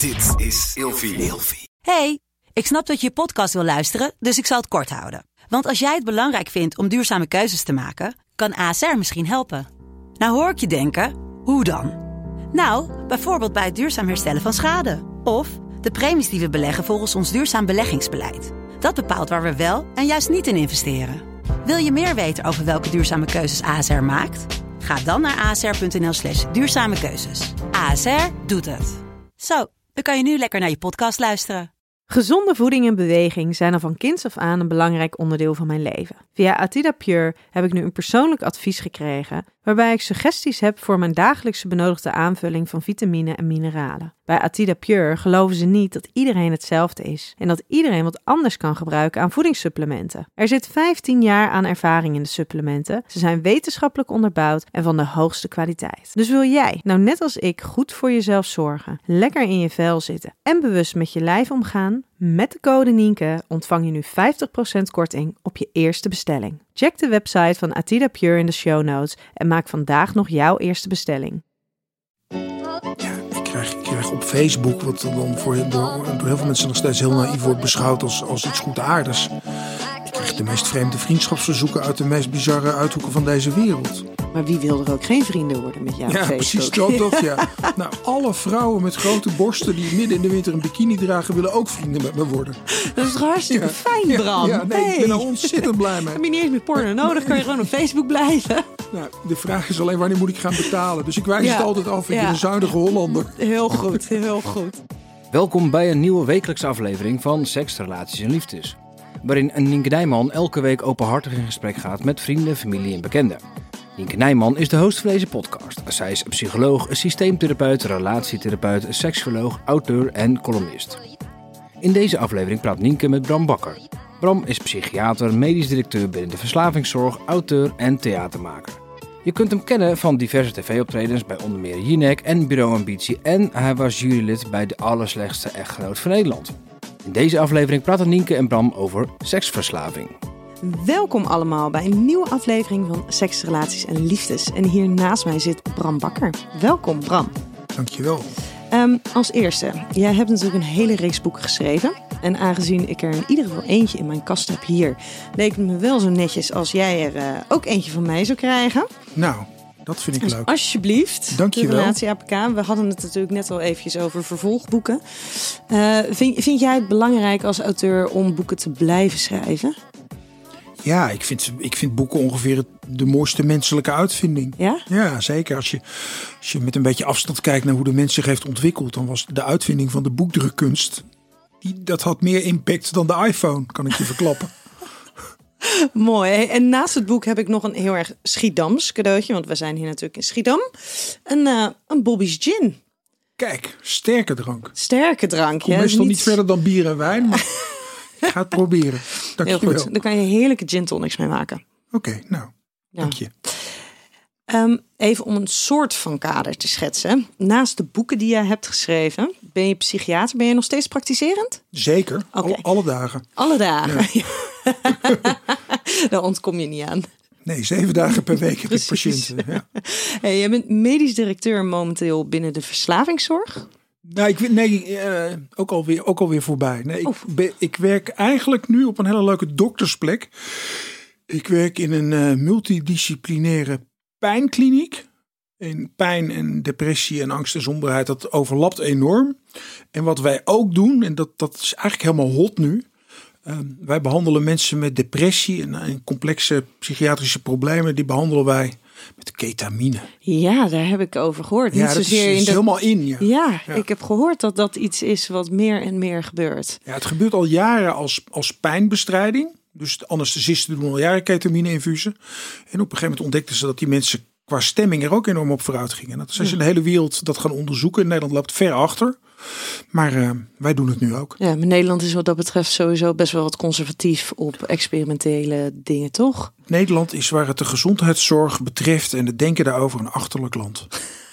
Dit is Ilfie. Hey, ik snap dat je je podcast wil luisteren, dus ik zal het kort houden. Want als jij het belangrijk vindt om duurzame keuzes te maken, kan ASR misschien helpen. Nou hoor ik je denken, hoe dan? Nou, bijvoorbeeld bij het duurzaam herstellen van schade. Of de premies die we beleggen volgens ons duurzaam beleggingsbeleid. Dat bepaalt waar we wel en juist niet in investeren. Wil je meer weten over welke duurzame keuzes ASR maakt? Ga dan naar asr.nl/duurzame keuzes. ASR doet het. Zo, dan kan je nu lekker naar je podcast luisteren. Gezonde voeding en beweging zijn al van kinds af aan een belangrijk onderdeel van mijn leven. Via Atida Pure heb ik nu een persoonlijk advies gekregen, waarbij ik suggesties heb voor mijn dagelijkse benodigde aanvulling van vitamine en mineralen. Bij Atida Pure geloven ze niet dat iedereen hetzelfde is en dat iedereen wat anders kan gebruiken aan voedingssupplementen. Er zit 15 jaar aan ervaring in de supplementen, ze zijn wetenschappelijk onderbouwd en van de hoogste kwaliteit. Dus wil jij, nou net als ik, goed voor jezelf zorgen, lekker in je vel zitten en bewust met je lijf omgaan? Met de code Nienke ontvang je nu 50% korting op je eerste bestelling. Check de website van Atida Pure in de show notes en maak vandaag nog jouw eerste bestelling. Ja, ik krijg op Facebook, wat dan door heel veel mensen nog steeds heel naïef wordt beschouwd als iets goedaardigs. Ik krijg de meest vreemde vriendschapsverzoeken uit de meest bizarre uithoeken van deze wereld. Maar wie wil er ook geen vrienden worden met jou op Facebook? Precies dat, ja. Nou, alle vrouwen met grote borsten die midden in de winter een bikini dragen, willen ook vrienden met me worden. Dat is toch hartstikke fijn, Bram? Ja, nee, ik ben er ontzettend blij mee. Heb je niet eens meer porno nodig, kan je gewoon op Facebook blijven. Nou, de vraag is alleen wanneer moet ik gaan betalen. Dus ik wijs het altijd af, ik ben een zuinige Hollander. Heel goed, heel goed. Welkom bij een nieuwe wekelijkse aflevering van Seks, Relaties en Liefdes. Waarin Nienke Nijman elke week openhartig in gesprek gaat met vrienden, familie en bekenden. Nienke Nijman is de host van deze podcast. Zij is psycholoog, systeemtherapeut, relatietherapeut, seksuoloog, auteur en columnist. In deze aflevering praat Nienke met Bram Bakker. Bram is psychiater, medisch directeur binnen de verslavingszorg, auteur en theatermaker. Je kunt hem kennen van diverse tv-optredens bij onder meer Jinek en Bureau Ambitie en hij was jurylid bij De Allerslechtste Echtgenoot van Nederland. In deze aflevering praten Nienke en Bram over seksverslaving. Welkom allemaal bij een nieuwe aflevering van Seks, Relaties en Liefdes. En hier naast mij zit Bram Bakker. Welkom, Bram. Dankjewel. Als eerste, jij hebt natuurlijk een hele reeks boeken geschreven. En aangezien ik er in ieder geval eentje in mijn kast heb hier, leek het me wel zo netjes als jij er ook eentje van mij zou krijgen. Nou, dat vind ik dus leuk. Alsjeblieft. Dankjewel. De Relatie APK. We hadden het natuurlijk net al eventjes over vervolgboeken. Vind jij het belangrijk als auteur om boeken te blijven schrijven? Ja, ik vind boeken ongeveer de mooiste menselijke uitvinding. Ja? Ja, zeker. Als je met een beetje afstand kijkt naar hoe de mens zich heeft ontwikkeld, dan was de uitvinding van de boekdrukkunst, dat had meer impact dan de iPhone, kan ik je verklappen. Mooi. En naast het boek heb ik nog een heel erg Schiedams cadeautje, want we zijn hier natuurlijk in Schiedam. Een Bobby's Gin. Kijk, sterke drank. Sterke drank, ja. Meestal niet verder dan bier en wijn, maar ik ga het proberen. Dank je wel. Heel goed. Dan kan je heerlijke gin tonics mee maken. Oké, nou, dank je. Even om een soort van kader te schetsen. Naast de boeken die jij hebt geschreven, ben je psychiater. Ben je nog steeds praktiserend? Zeker, Okay. Alle dagen. Alle dagen? Ja. Daar ontkom je niet aan. Nee, 7 dagen per week heb ik patiënten. Ja. Hey, jij bent medisch directeur momenteel binnen de verslavingszorg. Nou, ook alweer voorbij. Nee, ik werk eigenlijk nu op een hele leuke doktersplek. Ik werk in een multidisciplinaire pijnkliniek. En pijn en depressie en angst en somberheid, dat overlapt enorm. En wat wij ook doen, en dat is eigenlijk helemaal hot nu. Wij behandelen mensen met depressie en complexe psychiatrische problemen. Die behandelen wij met ketamine. Ja, daar heb ik over gehoord. Ja, dat is helemaal in. Ja, ik heb gehoord dat dat iets is wat meer en meer gebeurt. Ja, het gebeurt al jaren als pijnbestrijding. Dus de anesthesisten doen al jaren ketamine-infusen. En op een gegeven moment ontdekten ze dat die mensen qua stemming er ook enorm op vooruit gingen. En dat zijn ze in de hele wereld dat gaan onderzoeken. Nederland loopt ver achter. Maar wij doen het nu ook. Ja, maar Nederland is wat dat betreft sowieso best wel wat conservatief op experimentele dingen, toch? Nederland is waar het de gezondheidszorg betreft en het denken daarover een achterlijk land.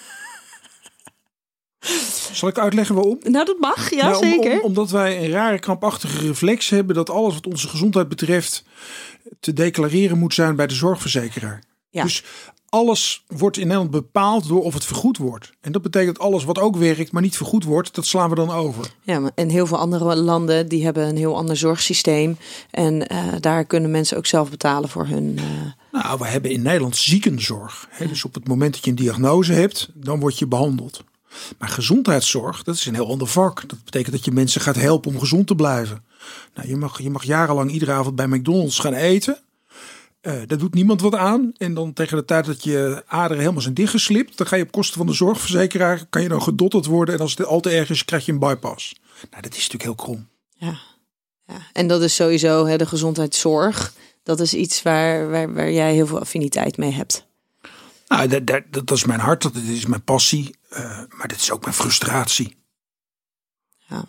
Zal ik uitleggen waarom? Nou, dat mag, ja, zeker. Omdat wij een rare krampachtige reflex hebben dat alles wat onze gezondheid betreft te declareren moet zijn bij de zorgverzekeraar. Ja. Dus alles wordt in Nederland bepaald door of het vergoed wordt. En dat betekent alles wat ook werkt, maar niet vergoed wordt, dat slaan we dan over. Ja, en heel veel andere landen die hebben een heel ander zorgsysteem. En daar kunnen mensen ook zelf betalen voor hun... Nou, we hebben in Nederland ziekenzorg. Hè? Dus op het moment dat je een diagnose hebt, dan word je behandeld. Maar gezondheidszorg, dat is een heel ander vak. Dat betekent dat je mensen gaat helpen om gezond te blijven. Nou, je mag jarenlang iedere avond bij McDonald's gaan eten. Daar doet niemand wat aan. En dan tegen de tijd dat je aderen helemaal zijn dichtgeslipt, dan ga je op kosten van de zorgverzekeraar, kan je dan gedotterd worden. En als het al te erg is, krijg je een bypass. Nou, dat is natuurlijk heel krom. Ja. En dat is sowieso de gezondheidszorg. Dat is iets waar jij heel veel affiniteit mee hebt. Nou, dat is mijn hart, dat is mijn passie. Maar dit is ook mijn frustratie. Ja.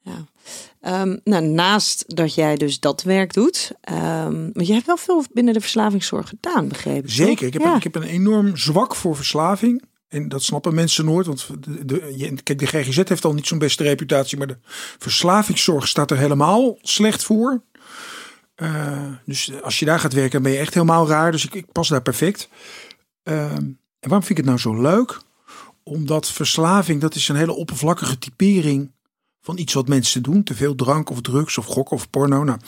Nou, naast dat jij dus dat werk doet, maar je hebt wel veel binnen de verslavingszorg gedaan, begrepen? Zeker, ik heb een enorm zwak voor verslaving. En dat snappen mensen nooit, want kijk, de GGZ heeft al niet zo'n beste reputatie, maar de verslavingszorg staat er helemaal slecht voor. Dus als je daar gaat werken, dan ben je echt helemaal raar. Dus ik pas daar perfect. En waarom vind ik het nou zo leuk? Omdat verslaving, dat is een hele oppervlakkige typering van iets wat mensen doen. Te veel drank of drugs of gokken of porno. Nou,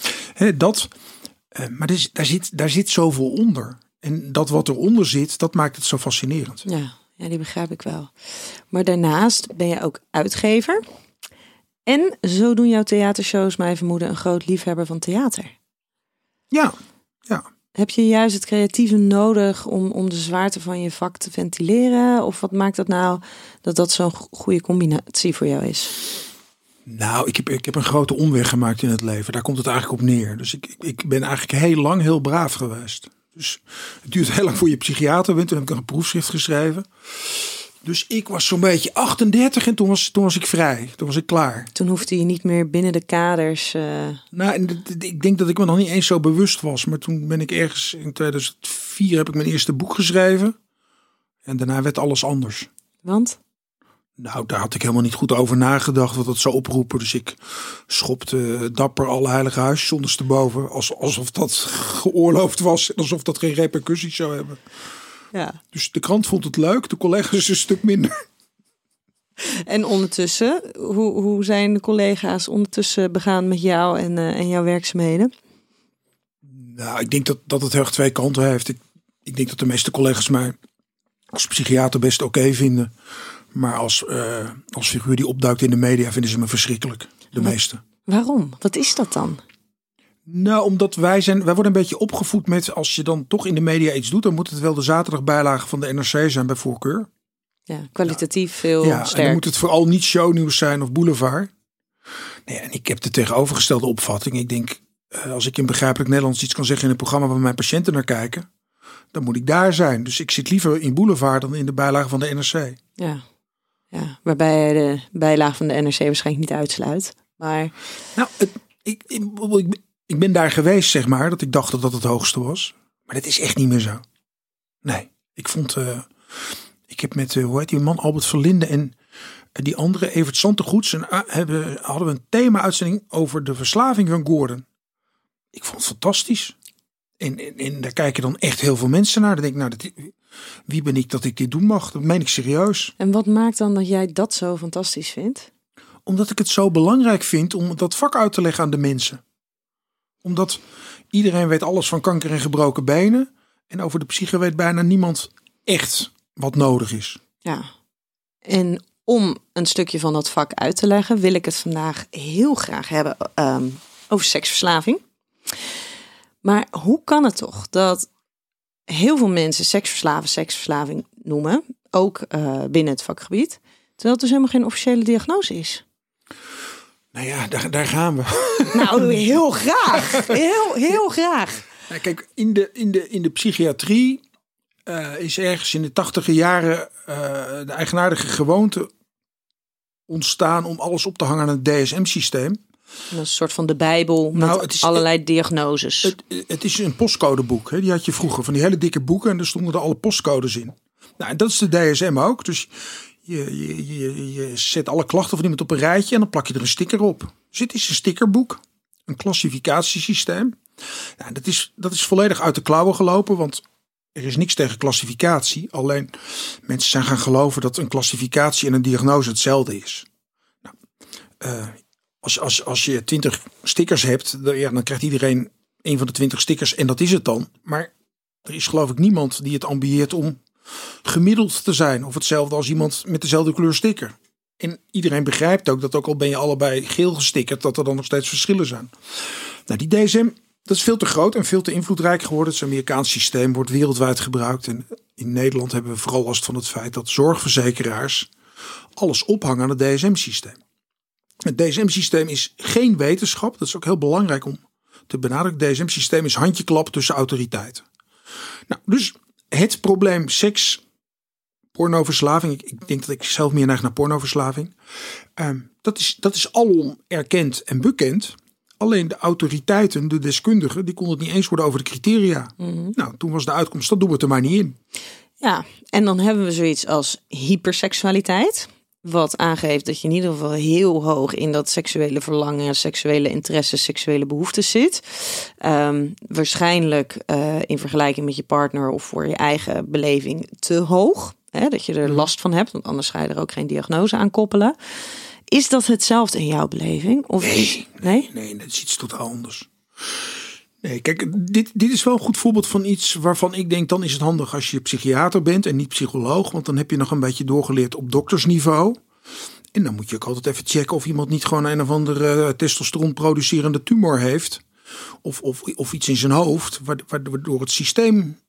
maar daar zit zoveel onder. En dat wat eronder zit, dat maakt het zo fascinerend. Ja, die begrijp ik wel. Maar daarnaast ben je ook uitgever. En zo doen jouw theatershows mij vermoeden een groot liefhebber van theater. Ja. Heb je juist het creatieve nodig om de zwaarte van je vak te ventileren? Of wat maakt dat nou dat zo'n goede combinatie voor jou is? Nou, ik heb een grote omweg gemaakt in het leven. Daar komt het eigenlijk op neer. Dus ik ben eigenlijk heel lang heel braaf geweest. Dus het duurt heel lang voor je psychiater bent. Toen heb ik een proefschrift geschreven. Dus ik was zo'n beetje 38 en toen was ik vrij. Toen was ik klaar. Toen hoefde je niet meer binnen de kaders... Nou, ik denk dat ik me nog niet eens zo bewust was. Maar toen ben ik ergens in 2004 heb ik mijn eerste boek geschreven. En daarna werd alles anders. Want? Nou, daar had ik helemaal niet goed over nagedacht wat dat zou oproepen. Dus ik schopte dapper alle heilige huisjes ondersteboven. Alsof dat geoorloofd was. En alsof dat geen repercussies zou hebben. Ja. Dus de krant vond het leuk, de collega's een stuk minder. En ondertussen, hoe zijn de collega's ondertussen begaan met jou en jouw werkzaamheden? Nou, ik denk dat het heel erg twee kanten heeft. Ik denk dat de meeste collega's mij als psychiater best oké vinden. Maar als figuur die opduikt in de media vinden ze me verschrikkelijk. De meeste. Waarom? Wat is dat dan? Nou, omdat wij worden een beetje opgevoed met, als je dan toch in de media iets doet, dan moet het wel de zaterdagbijlage van de NRC zijn bij voorkeur. Ja, kwalitatief veel sterk. En dan moet het vooral niet shownieuws zijn of boulevard. Nee, en ik heb de tegenovergestelde opvatting. Ik denk, als ik in begrijpelijk Nederlands iets kan zeggen in een programma waar mijn patiënten naar kijken, dan moet ik daar zijn. Dus ik zit liever in boulevard dan in de bijlage van de NRC. Ja, waarbij je de bijlage van de NRC waarschijnlijk niet uitsluit. Maar... Nou, ik ben daar geweest, zeg maar, dat ik dacht dat dat het hoogste was. Maar dat is echt niet meer zo. Nee, ik heb met, hoe heet die man, Albert Verlinde en die andere, Evert Santegoeds, hadden we een thema-uitzending over de verslaving van Gordon. Ik vond het fantastisch. En daar kijken dan echt heel veel mensen naar. Dan denk ik, wie ben ik dat ik dit doen mag? Dat meen ik serieus. En wat maakt dan dat jij dat zo fantastisch vindt? Omdat ik het zo belangrijk vind om dat vak uit te leggen aan de mensen. Omdat iedereen weet alles van kanker en gebroken benen. En over de psyche weet bijna niemand echt wat nodig is. Ja. En om een stukje van dat vak uit te leggen, wil ik het vandaag heel graag hebben over seksverslaving. Maar hoe kan het toch dat heel veel mensen seksverslaving noemen, ook binnen het vakgebied, terwijl het dus helemaal geen officiële diagnose is? Nou ja, daar gaan we. Nou, heel graag. Heel graag. Nou, kijk, in de psychiatrie is ergens in de 80e jaren de eigenaardige gewoonte ontstaan om alles op te hangen aan het DSM-systeem. Een soort van de Bijbel met allerlei diagnoses. Het is een postcodeboek. Hè? Die had je vroeger van die hele dikke boeken en daar stonden er alle postcodes in. Nou, en dat is de DSM ook. Dus je zet alle klachten van iemand op een rijtje en dan plak je er een sticker op. Dus het is een stickerboek. Een klassificatiesysteem. Nou, dat is volledig uit de klauwen gelopen. Want er is niks tegen klassificatie. Alleen mensen zijn gaan geloven dat een klassificatie en een diagnose hetzelfde is. Nou, als je 20 stickers hebt, dan krijgt iedereen een van de 20 stickers en dat is het dan. Maar er is geloof ik niemand die het ambieert om gemiddeld te zijn. Of hetzelfde als iemand met dezelfde kleur sticker. En iedereen begrijpt ook dat ook al ben je allebei geel gestickerd, dat er dan nog steeds verschillen zijn. Nou, die DSM, dat is veel te groot en veel te invloedrijk geworden. Het Amerikaans systeem wordt wereldwijd gebruikt. En in Nederland hebben we vooral last van het feit dat zorgverzekeraars alles ophangen aan het DSM-systeem. Het DSM-systeem is geen wetenschap. Dat is ook heel belangrijk om te benadrukken. Het DSM-systeem is handjeklap tussen autoriteiten. Nou, dus het probleem seks, pornoverslaving. Ik denk dat ik zelf meer neig naar pornoverslaving. Dat is alom erkend en bekend. Alleen de autoriteiten, de deskundigen, die konden het niet eens worden over de criteria. Mm-hmm. Nou, toen was de uitkomst, dat doen we het er maar niet in. Ja, en dan hebben we zoiets als hyperseksualiteit. Wat aangeeft dat je in ieder geval heel hoog in dat seksuele verlangen, seksuele interesses, seksuele behoeftes zit. Waarschijnlijk in vergelijking met je partner of voor je eigen beleving te hoog. Hè, dat je er last van hebt, want anders ga je er ook geen diagnose aan koppelen. Is dat hetzelfde in jouw beleving? Of nee, dat is iets totaal anders. Nee, kijk, dit is wel een goed voorbeeld van iets waarvan ik denk, dan is het handig als je psychiater bent en niet psycholoog. Want dan heb je nog een beetje doorgeleerd op doktersniveau. En dan moet je ook altijd even checken of iemand niet gewoon een of andere testosteron producerende tumor heeft. Of iets in zijn hoofd, waardoor het systeem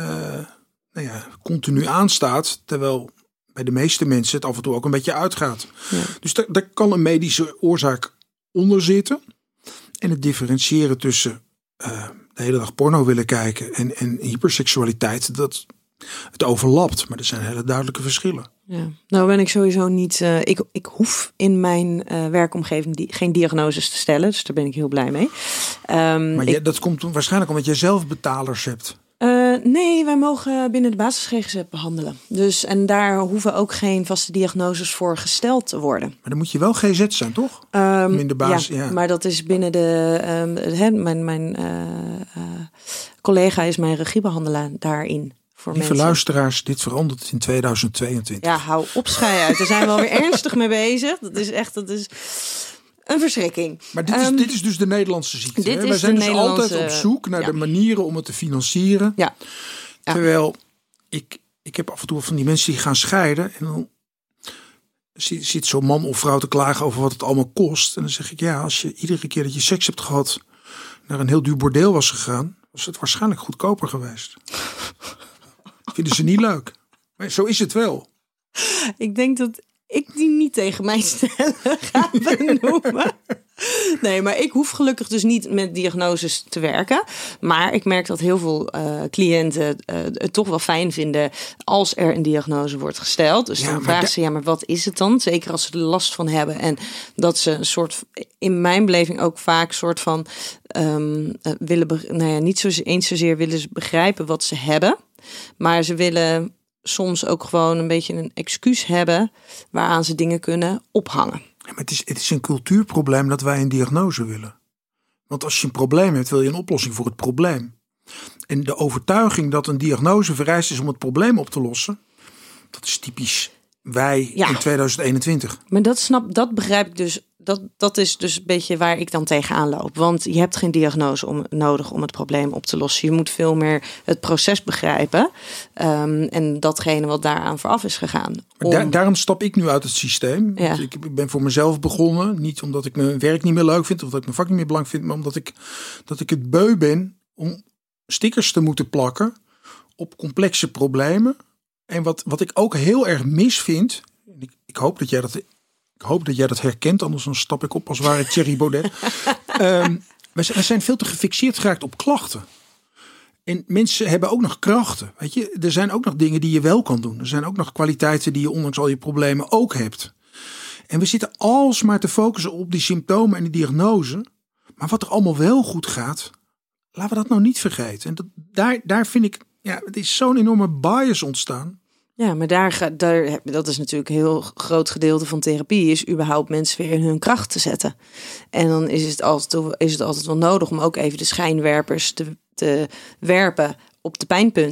continu aanstaat. Terwijl bij de meeste mensen het af en toe ook een beetje uitgaat. Ja. Dus daar kan een medische oorzaak onder zitten. En het differentiëren tussen de hele dag porno willen kijken en hyperseksualiteit, het overlapt. Maar er zijn hele duidelijke verschillen. Ja. Nou ben ik sowieso niet... Ik hoef in mijn werkomgeving geen diagnoses te stellen. Dus daar ben ik heel blij mee. Maar dat komt waarschijnlijk omdat jij zelf betalers hebt. Nee, wij mogen binnen de basis GGZ behandelen. Dus, en daar hoeven ook geen vaste diagnoses voor gesteld te worden. Maar dan moet je wel GZ zijn, toch? In de basis, ja, maar dat is binnen de... mijn collega is mijn regiebehandelaar daarin. Lieve luisteraars, dit verandert in 2022. Ja, hou op, schei uit. Daar zijn we alweer ernstig mee bezig. Dat is een verschrikking. Maar dit is dus de Nederlandse ziekte. Wij zijn dus altijd op zoek naar de manieren om het te financieren. Ja. Terwijl ik heb af en toe van die mensen die gaan scheiden. En dan zit zo'n man of vrouw te klagen over wat het allemaal kost. En dan zeg ik, ja, als je iedere keer dat je seks hebt gehad naar een heel duur bordeel was gegaan, was het waarschijnlijk goedkoper geweest. Vinden ze niet leuk. Maar zo is het wel. Ik denk dat ik die niet tegen mij stellen ga benoemen. Nee, maar ik hoef gelukkig dus niet met diagnoses te werken. Maar ik merk dat heel veel cliënten het toch wel fijn vinden als er een diagnose wordt gesteld. Dus dan vragen ze, maar wat is het dan? Zeker als ze er last van hebben. En dat ze een soort, in mijn beleving ook vaak soort van willen, niet zozeer willen ze begrijpen wat ze hebben. Maar ze willen soms ook gewoon een beetje een excuus hebben waaraan ze dingen kunnen ophangen. Ja, maar het is een cultuurprobleem dat wij een diagnose willen. Want als je een probleem hebt, wil je een oplossing voor het probleem. En de overtuiging dat een diagnose vereist is om het probleem op te lossen, dat is typisch wij in 2021. Maar dat begrijp ik dus. Dat is dus een beetje waar ik dan tegenaan loop. Want je hebt geen diagnose nodig om het probleem op te lossen. Je moet veel meer het proces begrijpen. En datgene wat daaraan vooraf is gegaan. Daarom stap ik nu uit het systeem. Ja. Ik ben voor mezelf begonnen. Niet omdat ik mijn werk niet meer leuk vind. Of dat ik mijn vak niet meer belangrijk vind. Maar omdat ik het beu ben om stickers te moeten plakken op complexe problemen. En wat ik ook heel erg mis vind. Ik hoop dat jij dat herkent, anders dan stap ik op als ware Thierry Baudet. We zijn veel te gefixeerd geraakt op klachten. En mensen hebben ook nog krachten. Weet je? Er zijn ook nog dingen die je wel kan doen. Er zijn ook nog kwaliteiten die je ondanks al je problemen ook hebt. En we zitten alsmaar te focussen op die symptomen en die diagnose. Maar wat er allemaal wel goed gaat, laten we dat nou niet vergeten. En daar vind ik, het is zo'n enorme bias ontstaan. Ja, maar dat is natuurlijk een heel groot gedeelte van therapie, is überhaupt mensen weer in hun kracht te zetten. En dan is het altijd wel nodig om ook even de schijnwerpers te werpen op de pijnpunten.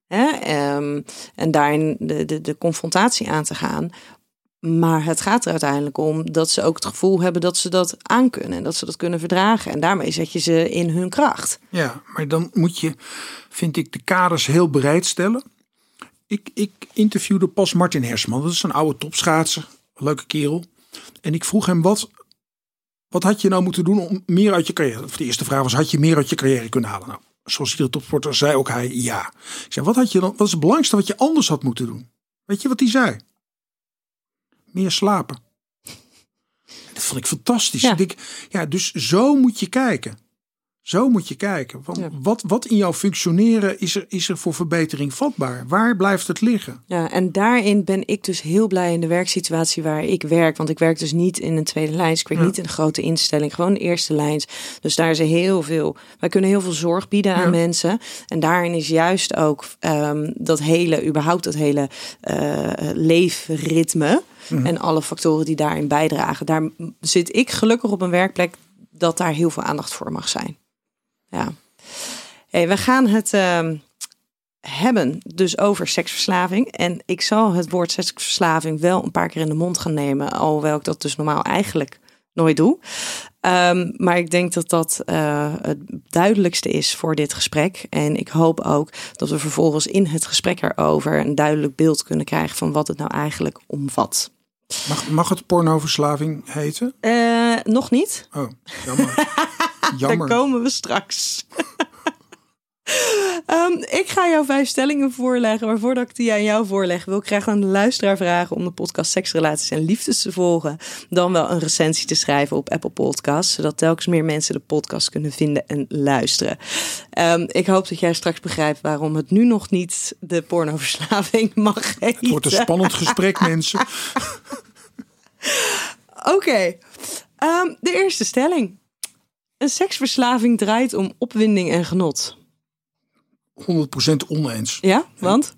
Hè? En daarin de confrontatie aan te gaan. Maar het gaat er uiteindelijk om dat ze ook het gevoel hebben dat ze dat aankunnen. En dat ze dat kunnen verdragen. En daarmee zet je ze in hun kracht. Ja, maar dan moet je, vind ik, de kaders heel breed stellen. Ik interviewde pas Martin Hersman. Dat is een oude topschaatser. Leuke kerel. En ik vroeg hem, wat had je nou moeten doen om meer uit je carrière? De eerste vraag was, had je meer uit je carrière kunnen halen? Nou, zoals iedere topsporter zei ook hij ja. Ik zei, wat is het belangrijkste wat je anders had moeten doen? Weet je wat hij zei? Meer slapen. Dat vond ik fantastisch. Ja. Ik denk, dus zo moet je kijken. Zo moet je kijken. Wat in jouw functioneren is er voor verbetering vatbaar? Waar blijft het liggen? Ja, en daarin ben ik dus heel blij in de werksituatie waar ik werk. Want ik werk dus niet in een tweede lijns. Ik werk niet in een grote instelling. Gewoon de eerste lijns. Dus daar is er heel veel. Wij kunnen heel veel zorg bieden aan mensen. En daarin is juist ook dat hele leefritme. En alle factoren die daarin bijdragen. Daar zit ik gelukkig op een werkplek dat daar heel veel aandacht voor mag zijn. Ja. Hey, we gaan het hebben dus over seksverslaving. En ik zal het woord seksverslaving wel een paar keer in de mond gaan nemen. Alhoewel ik dat dus normaal eigenlijk nooit doe. Maar ik denk dat dat het duidelijkste is voor dit gesprek. En ik hoop ook dat we vervolgens in het gesprek erover een duidelijk beeld kunnen krijgen van wat het nou eigenlijk omvat. Mag het pornoverslaving heten? Nog niet. Oh, jammer. Daar komen we straks. Ik ga jou 5 stellingen voorleggen. Maar voordat ik die aan jou voorleg, wil ik graag aan de luisteraar vragen om de podcast Seks, Relaties en Liefdes te volgen. Dan wel een recensie te schrijven op Apple Podcasts. Zodat telkens meer mensen de podcast kunnen vinden en luisteren. Ik hoop dat jij straks begrijpt waarom het nu nog niet de pornoverslaving mag heten. Het wordt een spannend gesprek, mensen. Oké. De eerste stelling. Een seksverslaving draait om opwinding en genot. 100% oneens. Ja, want?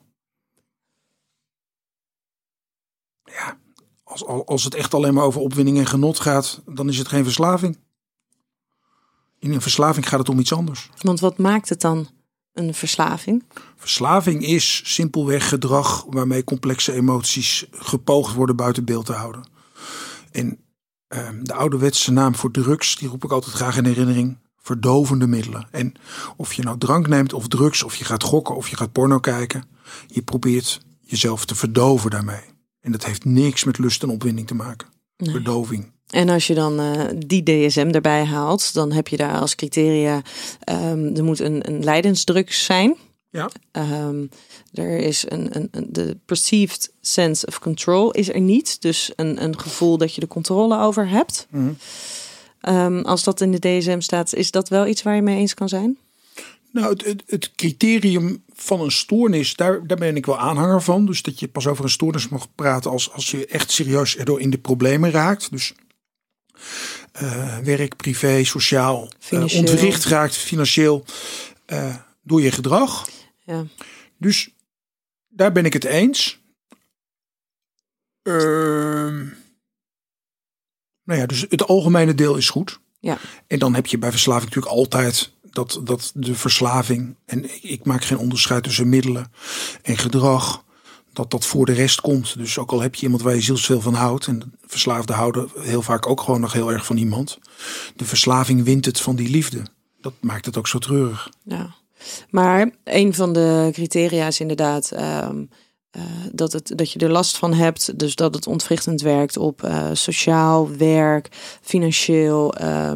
Ja, als het echt alleen maar over opwinding en genot gaat, dan is het geen verslaving. In een verslaving gaat het om iets anders. Want wat maakt het dan een verslaving? Verslaving is simpelweg gedrag waarmee complexe emoties gepoogd worden buiten beeld te houden. En de ouderwetse naam voor drugs, die roep ik altijd graag in herinnering. Verdovende middelen. En of je nou drank neemt of drugs, of je gaat gokken of je gaat porno kijken. Je probeert jezelf te verdoven daarmee. En dat heeft niks met lust en opwinding te maken. Nee. Verdoving. En als je dan die DSM erbij haalt, dan heb je daar als criteria, er moet een lijdensdruk zijn. Ja. Er is de perceived sense of control is er niet. Dus een gevoel dat je de controle over hebt. Mm-hmm. Als dat in de DSM staat, is dat wel iets waar je mee eens kan zijn? Nou, het criterium van een stoornis, daar ben ik wel aanhanger van. Dus dat je pas over een stoornis mag praten als je echt serieus erdoor in de problemen raakt. Dus werk, privé, sociaal, ontwricht raakt, financieel, door je gedrag. Ja. Dus daar ben ik het eens. Nou ja, dus het algemene deel is goed. Ja. En dan heb je bij verslaving natuurlijk altijd dat de verslaving, en ik maak geen onderscheid tussen middelen en gedrag, dat voor de rest komt. Dus ook al heb je iemand waar je zielsveel van houdt, en verslaafden houden heel vaak ook gewoon nog heel erg van iemand. De verslaving wint het van die liefde. Dat maakt het ook zo treurig. Ja. Maar een van de criteria is inderdaad dat je er last van hebt. Dus dat het ontwrichtend werkt op sociaal, werk, financieel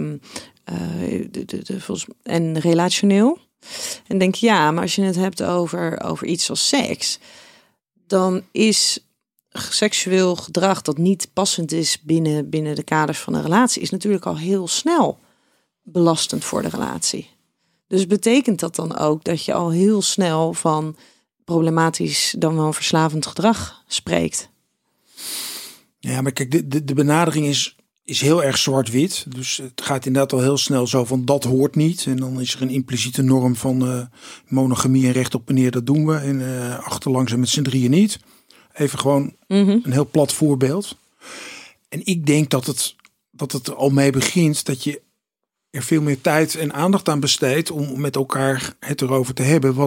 en relationeel. En denk ja, maar als je het hebt over iets als seks, dan is seksueel gedrag dat niet passend is binnen de kaders van een relatie, is natuurlijk al heel snel belastend voor de relatie. Dus betekent dat dan ook dat je al heel snel van problematisch dan wel verslavend gedrag spreekt? Ja, maar kijk, de benadering is heel erg zwart-wit. Dus het gaat inderdaad al heel snel zo van dat hoort niet. En dan is er een impliciete norm van monogamie en recht op en neer, dat doen we. En achterlangs en met z'n drieën niet. Even gewoon een heel plat voorbeeld. En ik denk dat het er al mee begint dat je er veel meer tijd en aandacht aan besteedt om met elkaar het erover te hebben.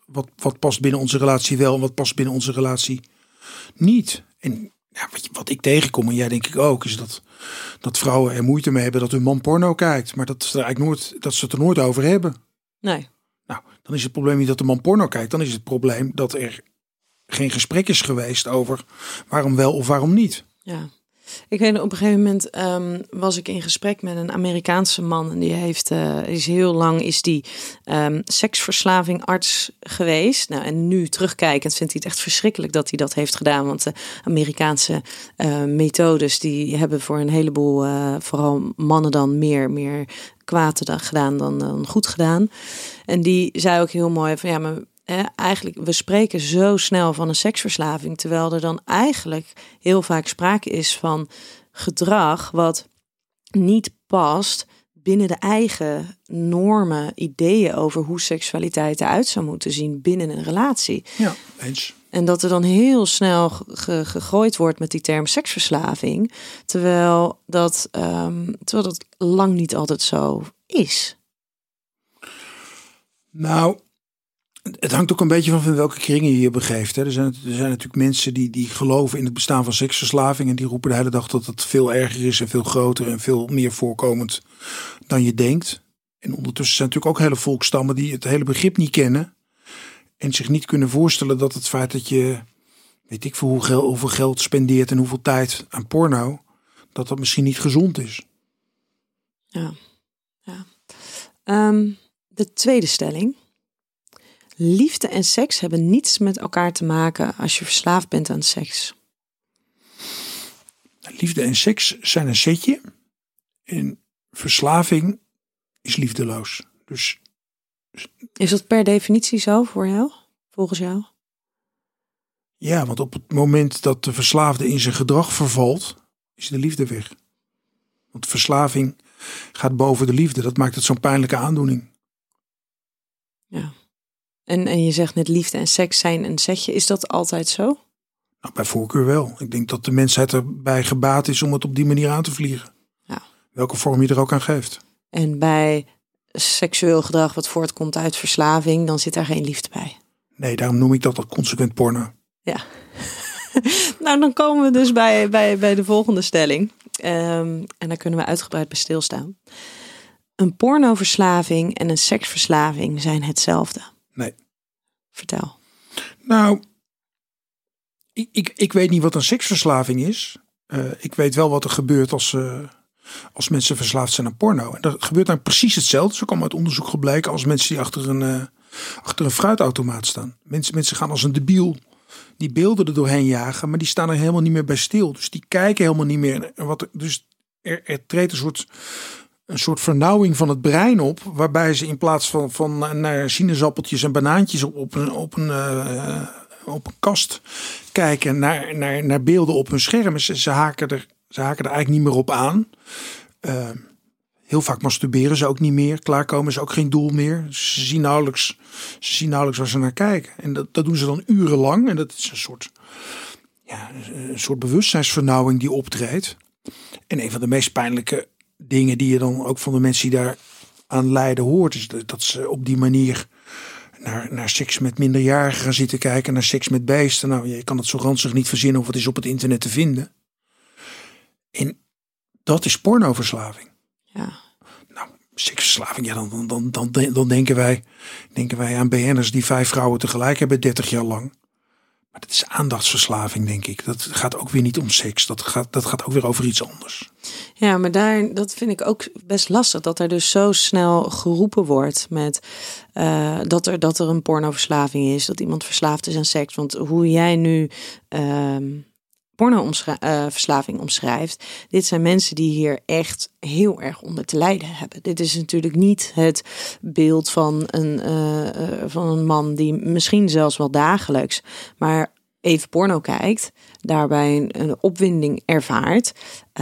wat past binnen onze relatie wel en wat past binnen onze relatie niet. En ja, wat ik tegenkom, en jij denk ik ook, is dat vrouwen er moeite mee hebben dat hun man porno kijkt. Maar dat ze het er nooit over hebben. Nee. Nou, dan is het probleem niet dat de man porno kijkt. Dan is het probleem dat er geen gesprek is geweest over waarom wel of waarom niet. Ja. Ik weet op een gegeven moment was ik in gesprek met een Amerikaanse man. En die is heel lang seksverslaving-arts geweest. Nou, en nu terugkijkend vindt hij het echt verschrikkelijk dat hij dat heeft gedaan. Want de Amerikaanse methodes die hebben voor een heleboel, vooral mannen dan meer kwaad gedaan dan goed gedaan. En die zei ook heel mooi van ja, maar eigenlijk, we spreken zo snel van een seksverslaving, terwijl er dan eigenlijk heel vaak sprake is van gedrag wat niet past binnen de eigen normen, ideeën over hoe seksualiteit eruit zou moeten zien binnen een relatie. Ja, eens. En dat er dan heel snel gegooid wordt met die term seksverslaving, terwijl dat lang niet altijd zo is. Nou, het hangt ook een beetje van welke kringen je je begeeft. Hè. Er zijn natuurlijk mensen die geloven in het bestaan van seksverslaving. En die roepen de hele dag dat het veel erger is en veel groter en veel meer voorkomend dan je denkt. En ondertussen zijn natuurlijk ook hele volkstammen die het hele begrip niet kennen. En zich niet kunnen voorstellen dat het feit dat je, weet ik veel hoeveel geld spendeert en hoeveel tijd aan porno, dat misschien niet gezond is. Ja. De tweede stelling. Liefde en seks hebben niets met elkaar te maken als je verslaafd bent aan seks. Liefde en seks zijn een setje. En verslaving is liefdeloos. Dus is dat per definitie zo voor jou? Volgens jou? Ja, want op het moment dat de verslaafde in zijn gedrag vervalt, is de liefde weg. Want verslaving gaat boven de liefde. Dat maakt het zo'n pijnlijke aandoening. Ja. En je zegt net liefde en seks zijn een setje. Is dat altijd zo? Nou, bij voorkeur wel. Ik denk dat de mensheid erbij gebaat is om het op die manier aan te vliegen. Ja. Welke vorm je er ook aan geeft. En bij seksueel gedrag wat voortkomt uit verslaving, dan zit daar geen liefde bij. Nee, daarom noem ik dat consequent porno. Ja. Nou, dan komen we dus bij de volgende stelling. En daar kunnen we uitgebreid bij stilstaan. Een pornoverslaving en een seksverslaving zijn hetzelfde. Nee. Vertel. Nou, ik weet niet wat een seksverslaving is. Ik weet wel wat er gebeurt als mensen verslaafd zijn aan porno. En dat gebeurt dan precies hetzelfde. Dat is ook allemaal uit onderzoek gebleken als mensen die achter een fruitautomaat staan. Mensen gaan als een debiel die beelden er doorheen jagen, maar die staan er helemaal niet meer bij stil. Dus die kijken helemaal niet meer. Dus er treedt een soort vernauwing van het brein op, waarbij ze in plaats van naar sinaasappeltjes en banaantjes op een kast kijken naar beelden op hun scherm. Ze haken er eigenlijk niet meer op aan. Heel vaak masturberen ze ook niet meer. Klaarkomen is ook geen doel meer. Ze zien nauwelijks waar ze naar kijken. En dat doen ze dan urenlang. En dat is een soort bewustzijnsvernauwing die optreedt. En een van de meest pijnlijke dingen die je dan ook van de mensen die daar aan lijden hoort, is dat ze op die manier naar seks met minderjarigen gaan zitten kijken, naar seks met beesten. Nou, je kan het zo ranzig niet verzinnen of het is op het internet te vinden. En dat is pornoverslaving. Ja. Nou, seksverslaving, ja, dan denken wij aan BN'ers die 5 vrouwen tegelijk hebben 30 jaar lang. Maar dat is aandachtsverslaving, denk ik. Dat gaat ook weer niet om seks. Dat gaat ook weer over iets anders. Ja, maar dat vind ik ook best lastig. Dat er dus zo snel geroepen wordt met dat er een pornoverslaving is. Dat iemand verslaafd is aan seks. Want hoe jij nu pornoverslaving omschrijft. Dit zijn mensen die hier echt heel erg onder te lijden hebben. Dit is natuurlijk niet het beeld van een man die misschien zelfs wel dagelijks, maar even porno kijkt, daarbij een opwinding ervaart,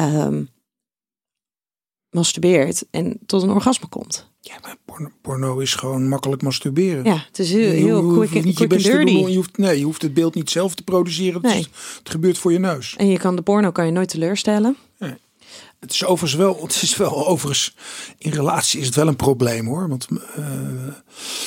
masturbeert en tot een orgasme komt. Ja, maar porno is gewoon makkelijk masturberen. Ja, het is heel quick and dirty. Je hoeft het beeld niet zelf te produceren. Nee. Het gebeurt voor je neus. En de porno kan je nooit teleurstellen. Nee. Het is overigens in relatie is het wel een probleem hoor. Want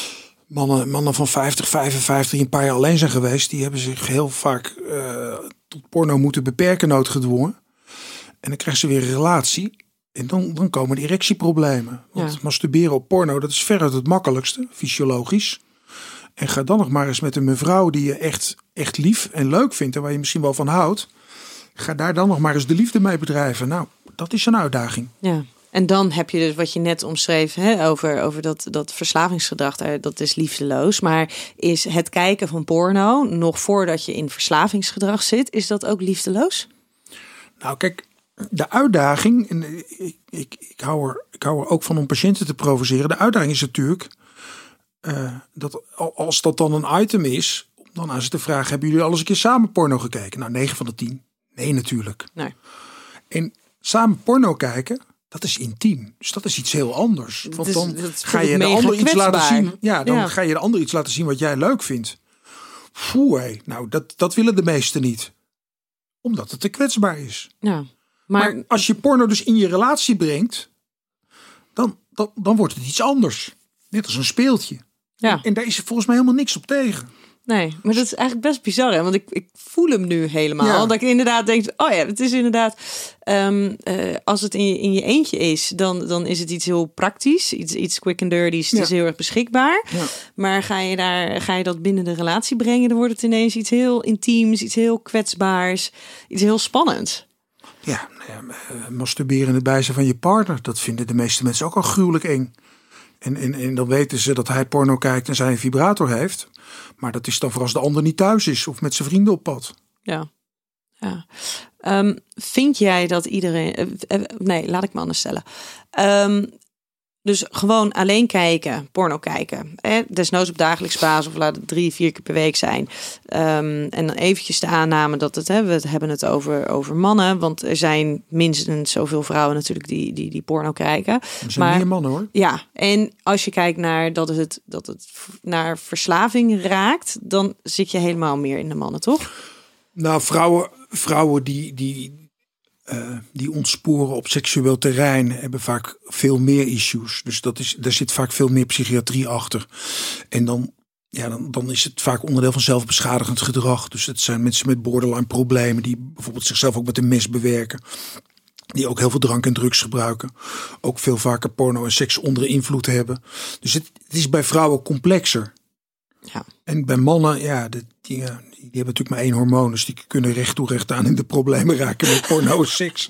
Mannen van 50, 55 die een paar jaar alleen zijn geweest, die hebben zich heel vaak tot porno moeten beperken, noodgedwongen. En dan krijgen ze weer een relatie. En dan komen de erectieproblemen. Want masturberen op porno, dat is veruit het makkelijkste, fysiologisch. En ga dan nog maar eens met een mevrouw die je echt lief en leuk vindt en waar je misschien wel van houdt. Ga daar dan nog maar eens de liefde mee bedrijven. Nou, dat is een uitdaging. Ja. En dan heb je dus wat je net omschreef over dat verslavingsgedrag. Dat is liefdeloos. Maar is het kijken van porno nog voordat je in verslavingsgedrag zit, is dat ook liefdeloos? Nou, kijk, de uitdaging, en ik hou er ook van om patiënten te provoceren. De uitdaging is natuurlijk dat als dat dan een item is, om dan aan ze te vragen, hebben jullie al eens een keer samen porno gekeken? Nou, 9 van de 10. Nee, natuurlijk. Nee. En samen porno kijken, dat is intiem. Dus dat is iets heel anders. Want dan ga je de ander iets laten zien. Ja, dan ga je de ander iets laten zien wat jij leuk vindt. Nou, dat willen de meesten niet. Omdat het te kwetsbaar is. Ja, maar als je porno dus in je relatie brengt, dan wordt het iets anders. Net als een speeltje. Ja. En daar is er volgens mij helemaal niks op tegen. Nee, maar dat is eigenlijk best bizar, hè? Want ik voel hem nu helemaal. Ja. Dat ik inderdaad denk, het is inderdaad, als het in je eentje is, dan is het iets heel praktisch, iets quick and dirty, het is heel erg beschikbaar. Ja. Maar ga je dat binnen de relatie brengen, dan wordt het ineens iets heel intiems, iets heel kwetsbaars, iets heel spannends. Ja, masturberen in het bijzijn van je partner, dat vinden de meeste mensen ook al gruwelijk eng. En dan weten ze dat hij porno kijkt en zij een vibrator heeft. Maar dat is dan voor als de ander niet thuis is of met zijn vrienden op pad. Ja. Vind jij dat iedereen... nee, laat ik me anders stellen. Dus gewoon alleen kijken, porno kijken. Desnoods op dagelijks basis of laat het 3-4 keer per week zijn. En dan eventjes de aanname dat we hebben het over mannen. Want er zijn minstens zoveel vrouwen natuurlijk die porno kijken. Er zijn meer mannen hoor. Ja, en als je kijkt naar dat het naar verslaving raakt, dan zit je helemaal meer in de mannen, toch? Nou, vrouwen die ontsporen op seksueel terrein hebben vaak veel meer issues. Dus daar zit vaak veel meer psychiatrie achter. En dan is het vaak onderdeel van zelfbeschadigend gedrag. Dus het zijn mensen met borderline problemen die bijvoorbeeld zichzelf ook met een mes bewerken. Die ook heel veel drank en drugs gebruiken. Ook veel vaker porno en seks onder invloed hebben. Dus het is bij vrouwen complexer. Ja. En bij mannen, die hebben natuurlijk maar 1 hormoon. Dus die kunnen recht toe recht aan in de problemen raken met porno en seks.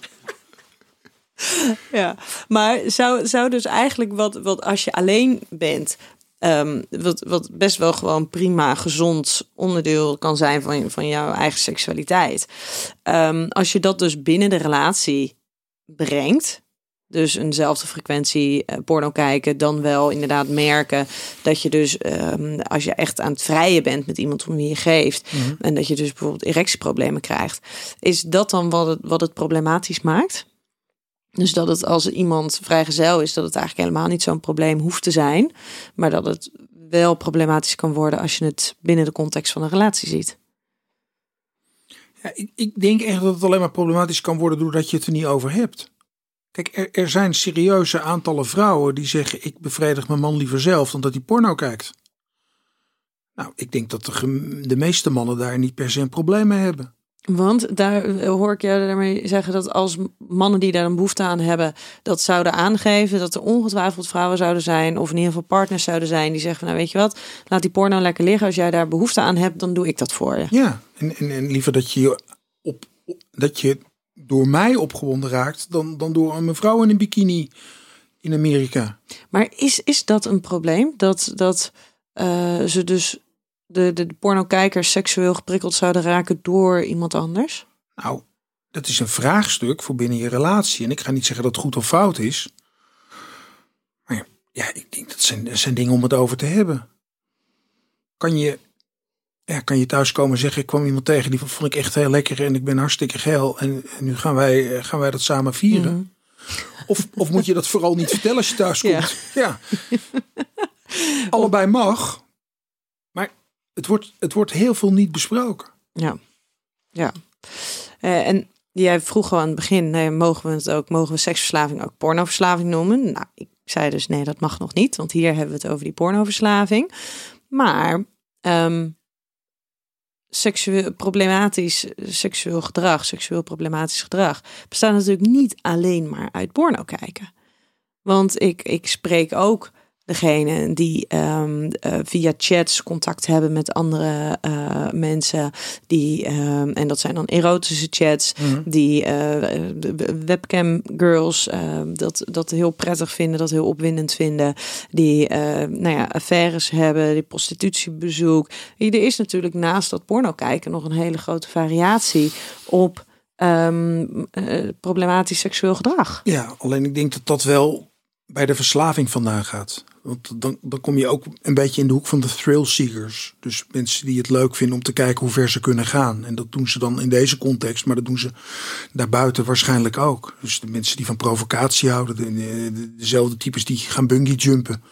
Ja, maar zou dus eigenlijk wat als je alleen bent, wat best wel gewoon prima gezond onderdeel kan zijn van jouw eigen seksualiteit. Als je dat dus binnen de relatie brengt, dus eenzelfde frequentie porno kijken, dan wel inderdaad merken dat je dus, als je echt aan het vrijen bent met iemand om wie je geeft, en dat je dus bijvoorbeeld erectieproblemen krijgt, is dat dan wat het problematisch maakt? Dus dat het als iemand vrijgezel is, dat het eigenlijk helemaal niet zo'n probleem hoeft te zijn, maar dat het wel problematisch kan worden als je het binnen de context van een relatie ziet. Ja, ik denk echt dat het alleen maar problematisch kan worden doordat je het er niet over hebt. Kijk, er zijn serieuze aantallen vrouwen die zeggen, ik bevredig mijn man liever zelf dan dat hij porno kijkt. Nou, ik denk dat de meeste mannen daar niet per se een probleem mee hebben. Want daar hoor ik jou daarmee zeggen dat als mannen die daar een behoefte aan hebben, dat zouden aangeven, dat er ongetwijfeld vrouwen zouden zijn, of in ieder geval partners zouden zijn, die zeggen van, nou weet je wat, laat die porno lekker liggen. Als jij daar behoefte aan hebt, dan doe ik dat voor je. Ja, en liever dat je door mij opgewonden raakt dan door een mevrouw in een bikini in Amerika. Maar is dat een probleem? Dat ze dus de pornokijkers seksueel geprikkeld zouden raken door iemand anders? Nou, dat is een vraagstuk voor binnen je relatie. En ik ga niet zeggen dat het goed of fout is. Maar ja, ik denk dat zijn dingen om het over te hebben. Kan je thuis komen en zeggen, ik kwam iemand tegen, die vond ik echt heel lekker en ik ben hartstikke geil. En nu gaan wij dat samen vieren. Mm-hmm. Of moet je dat vooral niet vertellen als je thuis komt? Ja. Allebei mag. Maar het wordt heel veel niet besproken. Ja. En jij vroeg al aan het begin, mogen we seksverslaving ook pornoverslaving noemen? Nou, ik Ik zei dus nee, dat mag nog niet. Want hier hebben we het over die pornoverslaving. Maar seksueel problematisch gedrag bestaat natuurlijk niet alleen maar uit porno kijken. Want ik spreek ook degene die via chats contact hebben met andere mensen. Die, en dat zijn dan erotische chats. Die webcam girls dat heel prettig vinden. Dat heel opwindend vinden. Die affaires hebben. Die prostitutiebezoek. Er is natuurlijk naast dat porno kijken nog een hele grote variatie op problematisch seksueel gedrag. Ja, alleen ik denk dat dat wel bij de verslaving vandaan gaat. Want dan kom je ook een beetje in de hoek van de thrill-seekers. Dus mensen die het leuk vinden om te kijken hoe ver ze kunnen gaan. En dat doen ze dan in deze context, maar dat doen ze daarbuiten waarschijnlijk ook. Dus de mensen die van provocatie houden, dezelfde types die gaan bungee jumpen.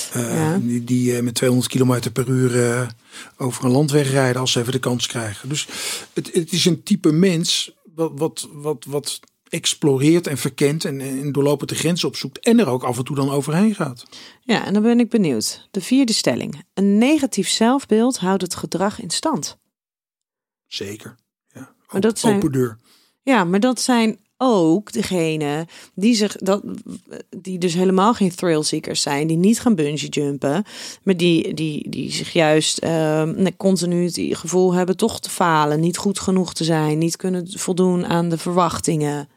Die met 200 kilometer per uur over een landweg rijden als ze even de kans krijgen. Dus het is een type mens wat exploreert en verkent en doorlopend de grenzen opzoekt en er ook af en toe dan overheen gaat. Ja, en dan ben ik benieuwd. De 4e stelling. Een negatief zelfbeeld houdt het gedrag in stand. Zeker. Ja. Maar dat zijn, open deur. Ja, maar dat zijn ook degenen die dus helemaal geen thrill-seekers zijn, die niet gaan bungee jumpen, maar die zich juist continu het gevoel hebben toch te falen, niet goed genoeg te zijn, niet kunnen voldoen aan de verwachtingen.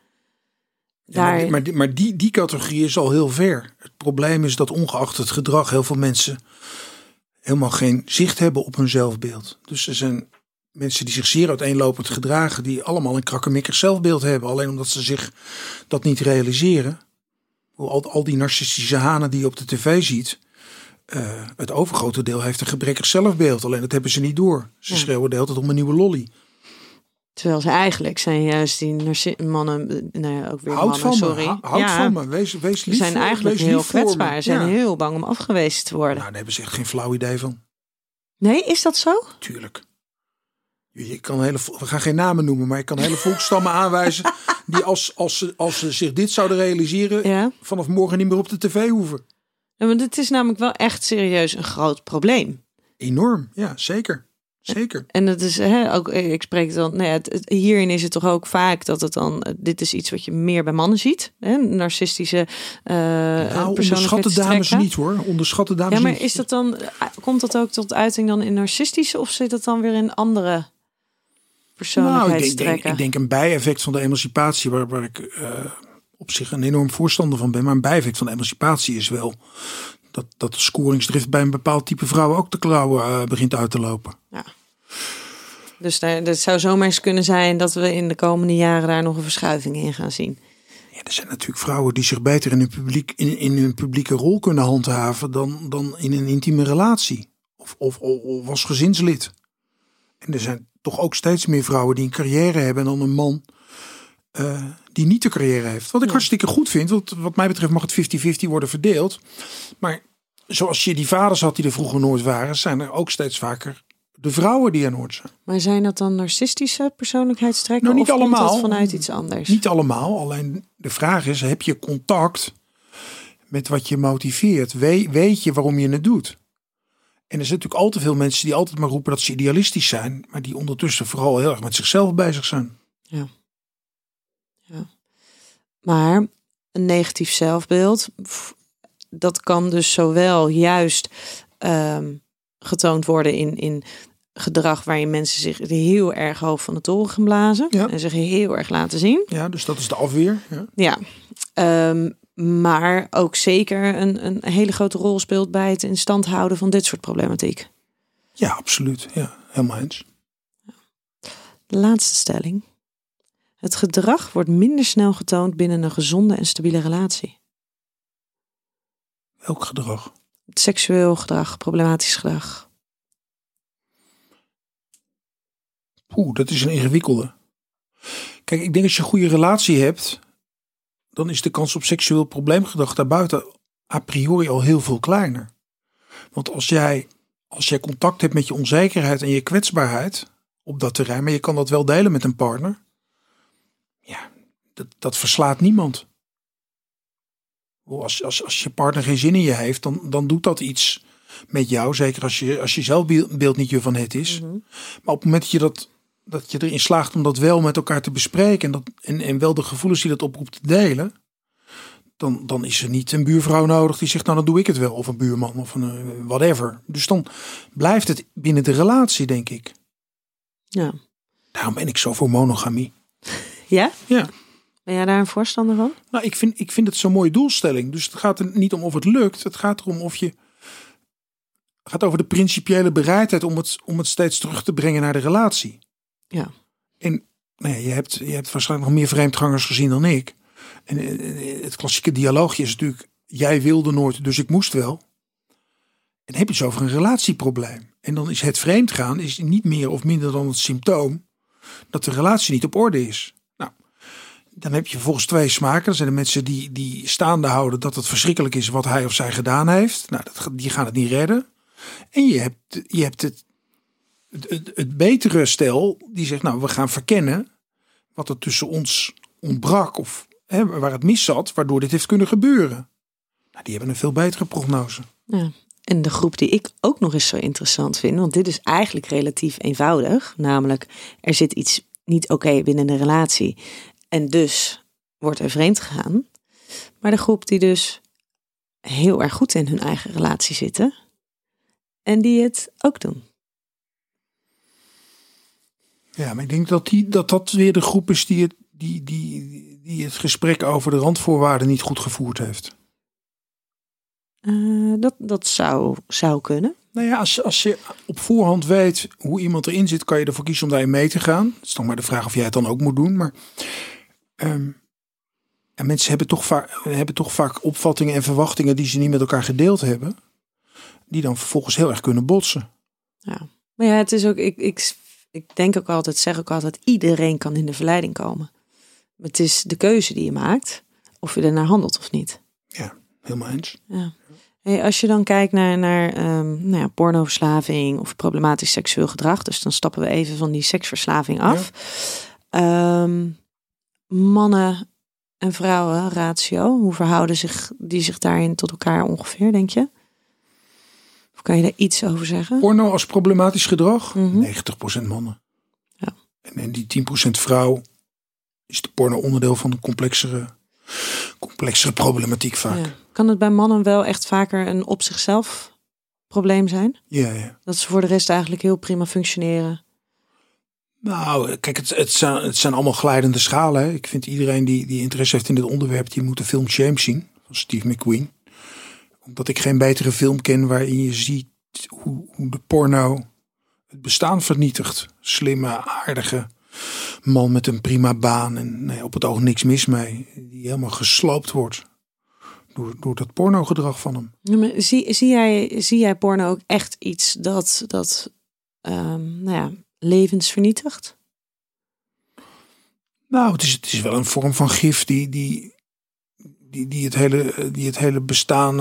Maar die categorie is al heel ver. Het probleem is dat ongeacht het gedrag heel veel mensen helemaal geen zicht hebben op hun zelfbeeld. Dus er zijn mensen die zich zeer uiteenlopend gedragen, die allemaal een krakkemikkig zelfbeeld hebben. Alleen omdat ze zich dat niet realiseren. Al die narcistische hanen die je op de tv ziet, het overgrote deel heeft een gebrekkig zelfbeeld. Alleen dat hebben ze niet door. Ze schreeuwen de hele tijd om een nieuwe lolly. Terwijl ze eigenlijk zijn juist die mannen, ook weer houd mannen, van sorry. Me, houd van me, wees lief. Ze zijn eigenlijk heel kwetsbaar. Ze zijn heel bang om afgewezen te worden. Nou, daar hebben ze echt geen flauw idee van. Nee, is dat zo? Tuurlijk. Je kan we gaan geen namen noemen, maar je kan hele volksstammen aanwijzen die als ze zich dit zouden realiseren, vanaf morgen niet meer op de tv hoeven. Ja, want het is namelijk wel echt serieus een groot probleem. Enorm, ja, zeker. Zeker. En dat is ook, ik spreek dan, hierin is het toch ook vaak dat het dan, dit is iets wat je meer bij mannen ziet, narcistische onderschat de dames niet hoor, onderschat de dames niet. Ja, maar is dat dan, komt dat ook tot uiting dan in narcistische of zit dat dan weer in andere persoonlijkheidstrekken? Nou, ik denk een bijeffect van de emancipatie waar ik op zich een enorm voorstander van ben, maar een bijeffect van de emancipatie is wel dat de scoringsdrift bij een bepaald type vrouw ook de klauwen begint uit te lopen. Ja. Dus dat zou zomaar eens kunnen zijn dat we in de komende jaren daar nog een verschuiving in gaan zien. Ja, er zijn natuurlijk vrouwen die zich beter in hun publieke rol kunnen handhaven dan in een intieme relatie. Of als gezinslid. En er zijn toch ook steeds meer vrouwen die een carrière hebben dan een man die niet de carrière heeft. Wat ik hartstikke goed vind. Want wat mij betreft mag het 50-50 worden verdeeld. Maar zoals je die vaders had die er vroeger nooit waren, zijn er ook steeds vaker de vrouwen die er nooit zijn. Maar zijn dat dan narcistische persoonlijkheidstrekken? Nou, niet of allemaal. Komt dat vanuit iets anders? Niet allemaal. Alleen de vraag is, heb je contact met wat je motiveert? Weet je waarom je het doet? En er zijn natuurlijk al te veel mensen die altijd maar roepen dat ze idealistisch zijn, maar die ondertussen vooral heel erg met zichzelf bezig zijn. Ja. Maar een negatief zelfbeeld, dat kan dus zowel juist getoond worden in gedrag waarin mensen zich heel erg hoog van de toren gaan blazen en zich heel erg laten zien. Ja, dus dat is de afweer. Ja. Maar ook zeker een hele grote rol speelt bij het in stand houden van dit soort problematiek. Ja, absoluut. Ja, helemaal eens. De laatste stelling. Het gedrag wordt minder snel getoond binnen een gezonde en stabiele relatie. Welk gedrag? Het seksueel gedrag, problematisch gedrag. Dat is een ingewikkelde. Kijk, ik denk als je een goede relatie hebt, dan is de kans op seksueel probleemgedrag daarbuiten a priori al heel veel kleiner. Want als jij contact hebt met je onzekerheid en je kwetsbaarheid op dat terrein, maar je kan dat wel delen met een partner, ja, dat verslaat niemand. Als je partner geen zin in je heeft, dan doet dat iets met jou. Zeker als je zelfbeeld niet je van het is. Mm-hmm. Maar op het moment dat je erin slaagt om dat wel met elkaar te bespreken. En wel de gevoelens die dat oproept te delen. Dan is er niet een buurvrouw nodig die zegt, nou dan doe ik het wel. Of een buurman of een whatever. Dus dan blijft het binnen de relatie, denk ik. Ja. Daarom ben ik zo voor monogamie. Ja? Ja. Ben jij daar een voorstander van? Nou, ik vind het zo'n mooie doelstelling. Dus het gaat er niet om of het lukt. Het gaat erom het gaat over de principiële bereidheid om het steeds terug te brengen naar de relatie. Ja. En nou ja, je hebt waarschijnlijk nog meer vreemdgangers gezien dan ik. En het klassieke dialoogje is natuurlijk, jij wilde nooit, dus ik moest wel. En dan heb je het over een relatieprobleem. En dan is het vreemdgaan is niet meer of minder dan het symptoom dat de relatie niet op orde is. Nou, dan heb je volgens twee smaken. Er zijn de mensen die staande houden dat het verschrikkelijk is wat hij of zij gedaan heeft. Nou, die gaan het niet redden. En je hebt het betere stel die zegt, nou, we gaan verkennen wat er tussen ons ontbrak of waar het mis zat, waardoor dit heeft kunnen gebeuren. Nou, die hebben een veel betere prognose. Ja. En de groep die ik ook nog eens zo interessant vind, want dit is eigenlijk relatief eenvoudig. Namelijk, er zit iets niet oké binnen de relatie. En dus wordt er vreemd gegaan. Maar de groep die dus heel erg goed in hun eigen relatie zitten. En die het ook doen. Ja, maar ik denk dat weer de groep is die het gesprek over de randvoorwaarden niet goed gevoerd heeft. Dat zou kunnen. Nou ja, als je op voorhand weet hoe iemand erin zit, kan je ervoor kiezen om daarin mee te gaan. Het is dan maar de vraag of jij het dan ook moet doen. Maar en mensen hebben toch vaak opvattingen en verwachtingen die ze niet met elkaar gedeeld hebben. Die dan vervolgens heel erg kunnen botsen. Ja, maar ja, het is ook. Ik denk ook altijd, zeg ook altijd, iedereen kan in de verleiding komen. Het is de keuze die je maakt, of je ernaar handelt of niet. Ja, helemaal eens. Ja. Hey, als je dan kijkt naar pornoverslaving of problematisch seksueel gedrag, dus dan stappen we even van die seksverslaving af. Ja. Mannen en vrouwen, ratio, hoe verhouden die zich daarin tot elkaar ongeveer, denk je? Of kan je daar iets over zeggen? Porno als problematisch gedrag? Mm-hmm. 90% mannen. Ja. En die 10% vrouw is de porno onderdeel van een complexere problematiek vaak. Ja. Kan het bij mannen wel echt vaker een op zichzelf probleem zijn? Ja. Dat ze voor de rest eigenlijk heel prima functioneren? Nou, kijk, het zijn allemaal glijdende schalen. Hè. Ik vind iedereen die interesse heeft in dit onderwerp, die moet de film Shame zien van Steve McQueen. Omdat ik geen betere film ken waarin je ziet hoe de porno het bestaan vernietigt. Slimme, aardige man met een prima baan en op het oog niks mis mee. Die helemaal gesloopt wordt door dat pornogedrag van hem. Ja, maar zie jij porno ook echt iets dat levens vernietigt? Nou, het is wel een vorm van gif die het hele bestaan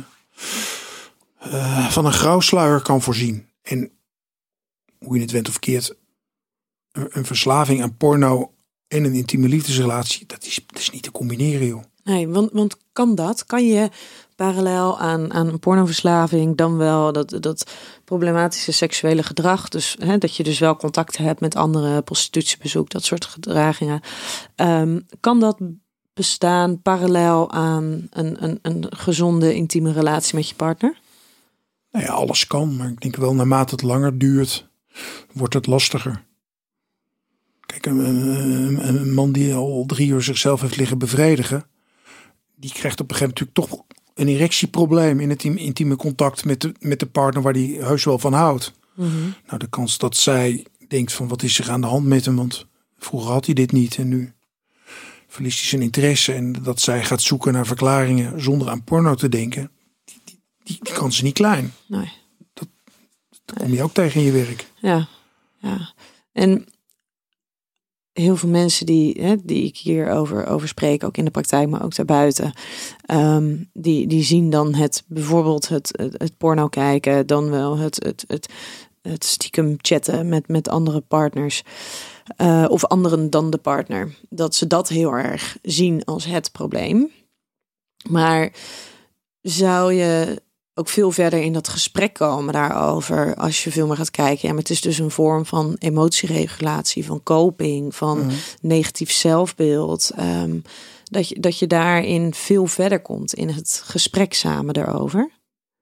van een grauwsluier kan voorzien. En hoe je het went of keert, een verslaving aan porno en een intieme liefdesrelatie, dat is niet te combineren, joh. Nee, want kan dat? Kan je parallel aan een pornoverslaving dan wel dat problematische seksuele gedrag, dus dat je dus wel contact hebt met anderen, prostitutiebezoek, dat soort gedragingen, kan dat bestaan parallel aan een gezonde intieme relatie met je partner? Nou ja, alles kan, maar ik denk wel naarmate het langer duurt, wordt het lastiger. Kijk, een man die al 3 uur zichzelf heeft liggen bevredigen, die krijgt op een gegeven moment natuurlijk toch een erectieprobleem in het intieme contact met de partner waar die heus wel van houdt. Mm-hmm. Nou, de kans dat zij denkt van wat is er aan de hand met hem, want vroeger had hij dit niet en nu verliest hij zijn interesse, en dat zij gaat zoeken naar verklaringen zonder aan porno te denken, die kans is niet klein. Nee. Dat kom je ook tegen in je werk. Ja. En heel veel mensen die ik hier over spreek, ook in de praktijk, maar ook daarbuiten, die zien dan bijvoorbeeld het porno kijken, dan wel het stiekem chatten met andere partners, of anderen dan de partner. Dat ze dat heel erg zien als het probleem. Maar zou je ook veel verder in dat gesprek komen daarover als je veel meer gaat kijken? Ja, maar het is dus een vorm van emotieregulatie, van coping, van negatief zelfbeeld. Dat je daarin veel verder komt in het gesprek samen daarover.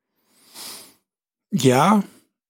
Ja,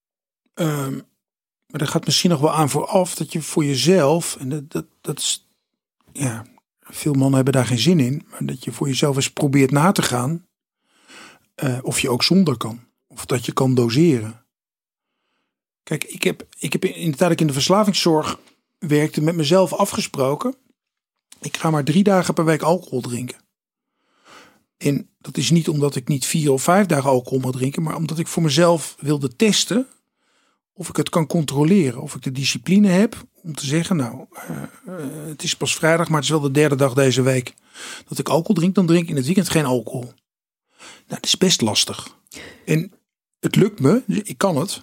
maar er gaat misschien nog wel aan vooraf dat je voor jezelf, en dat is, ja, veel mannen hebben daar geen zin in, maar dat je voor jezelf eens probeert na te gaan of je ook zonder kan. Of dat je kan doseren. Kijk, ik heb inderdaad, dat ik in de verslavingszorg werkte, met mezelf afgesproken. Ik ga maar 3 dagen per week alcohol drinken. En dat is niet omdat ik niet 4 of 5 dagen alcohol moet drinken, maar omdat ik voor mezelf wilde testen of ik het kan controleren. Of ik de discipline heb om te zeggen, nou, het is pas vrijdag, maar het is wel de 3e dag deze week dat ik alcohol drink. Dan drink ik in het weekend geen alcohol. Nou, dat is best lastig. En het lukt me, dus ik kan het.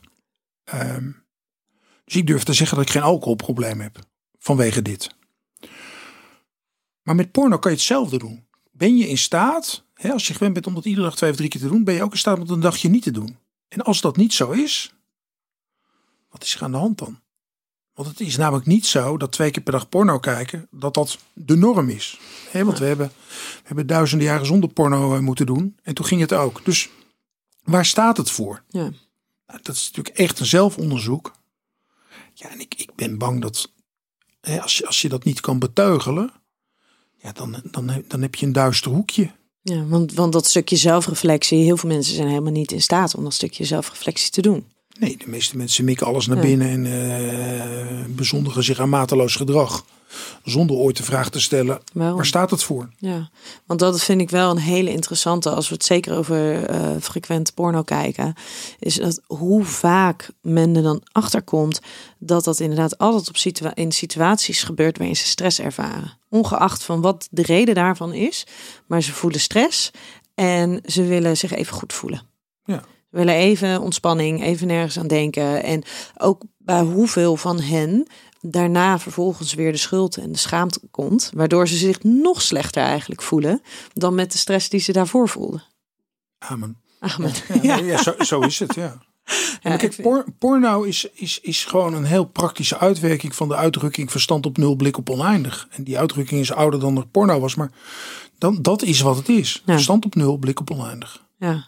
Dus ik durf te zeggen dat ik geen alcoholprobleem heb vanwege dit. Maar met porno kan je hetzelfde doen. Ben je in staat, als je gewend bent om dat iedere dag 2 of 3 keer te doen, ben je ook in staat om het een dagje niet te doen. En als dat niet zo is, wat is er aan de hand dan? Want het is namelijk niet zo dat 2 keer per dag porno kijken, dat de norm is. Want we hebben duizenden jaren zonder porno moeten doen. En toen ging het ook. Dus waar staat het voor? Ja. Nou, dat is natuurlijk echt een zelfonderzoek. Ja, en ik ben bang dat als je dat niet kan beteugelen, ja, dan heb je een duister hoekje. Ja, want dat stukje zelfreflectie, heel veel mensen zijn helemaal niet in staat om dat stukje zelfreflectie te doen. Nee, de meeste mensen mikken alles naar binnen en bezondigen zich aan mateloos gedrag. Zonder ooit de vraag te stellen, waar staat het voor? Ja, want dat vind ik wel een hele interessante, als we het zeker over frequent porno kijken, is dat hoe vaak men er dan achterkomt dat inderdaad altijd in situaties gebeurt waarin ze stress ervaren. Ongeacht van wat de reden daarvan is, maar ze voelen stress en ze willen zich even goed voelen. Ja. We willen even ontspanning, even nergens aan denken. En ook bij hoeveel van hen daarna vervolgens weer de schuld en de schaamte komt, waardoor ze zich nog slechter eigenlijk voelen dan met de stress die ze daarvoor voelden. Amen. Ja, zo is het, ja. Ja, kijk, porno is gewoon een heel praktische uitwerking van de uitdrukking verstand op 0, blik op oneindig. En die uitdrukking is ouder dan er porno was, maar dat is wat het is. Ja. Verstand op 0, blik op oneindig. Ja.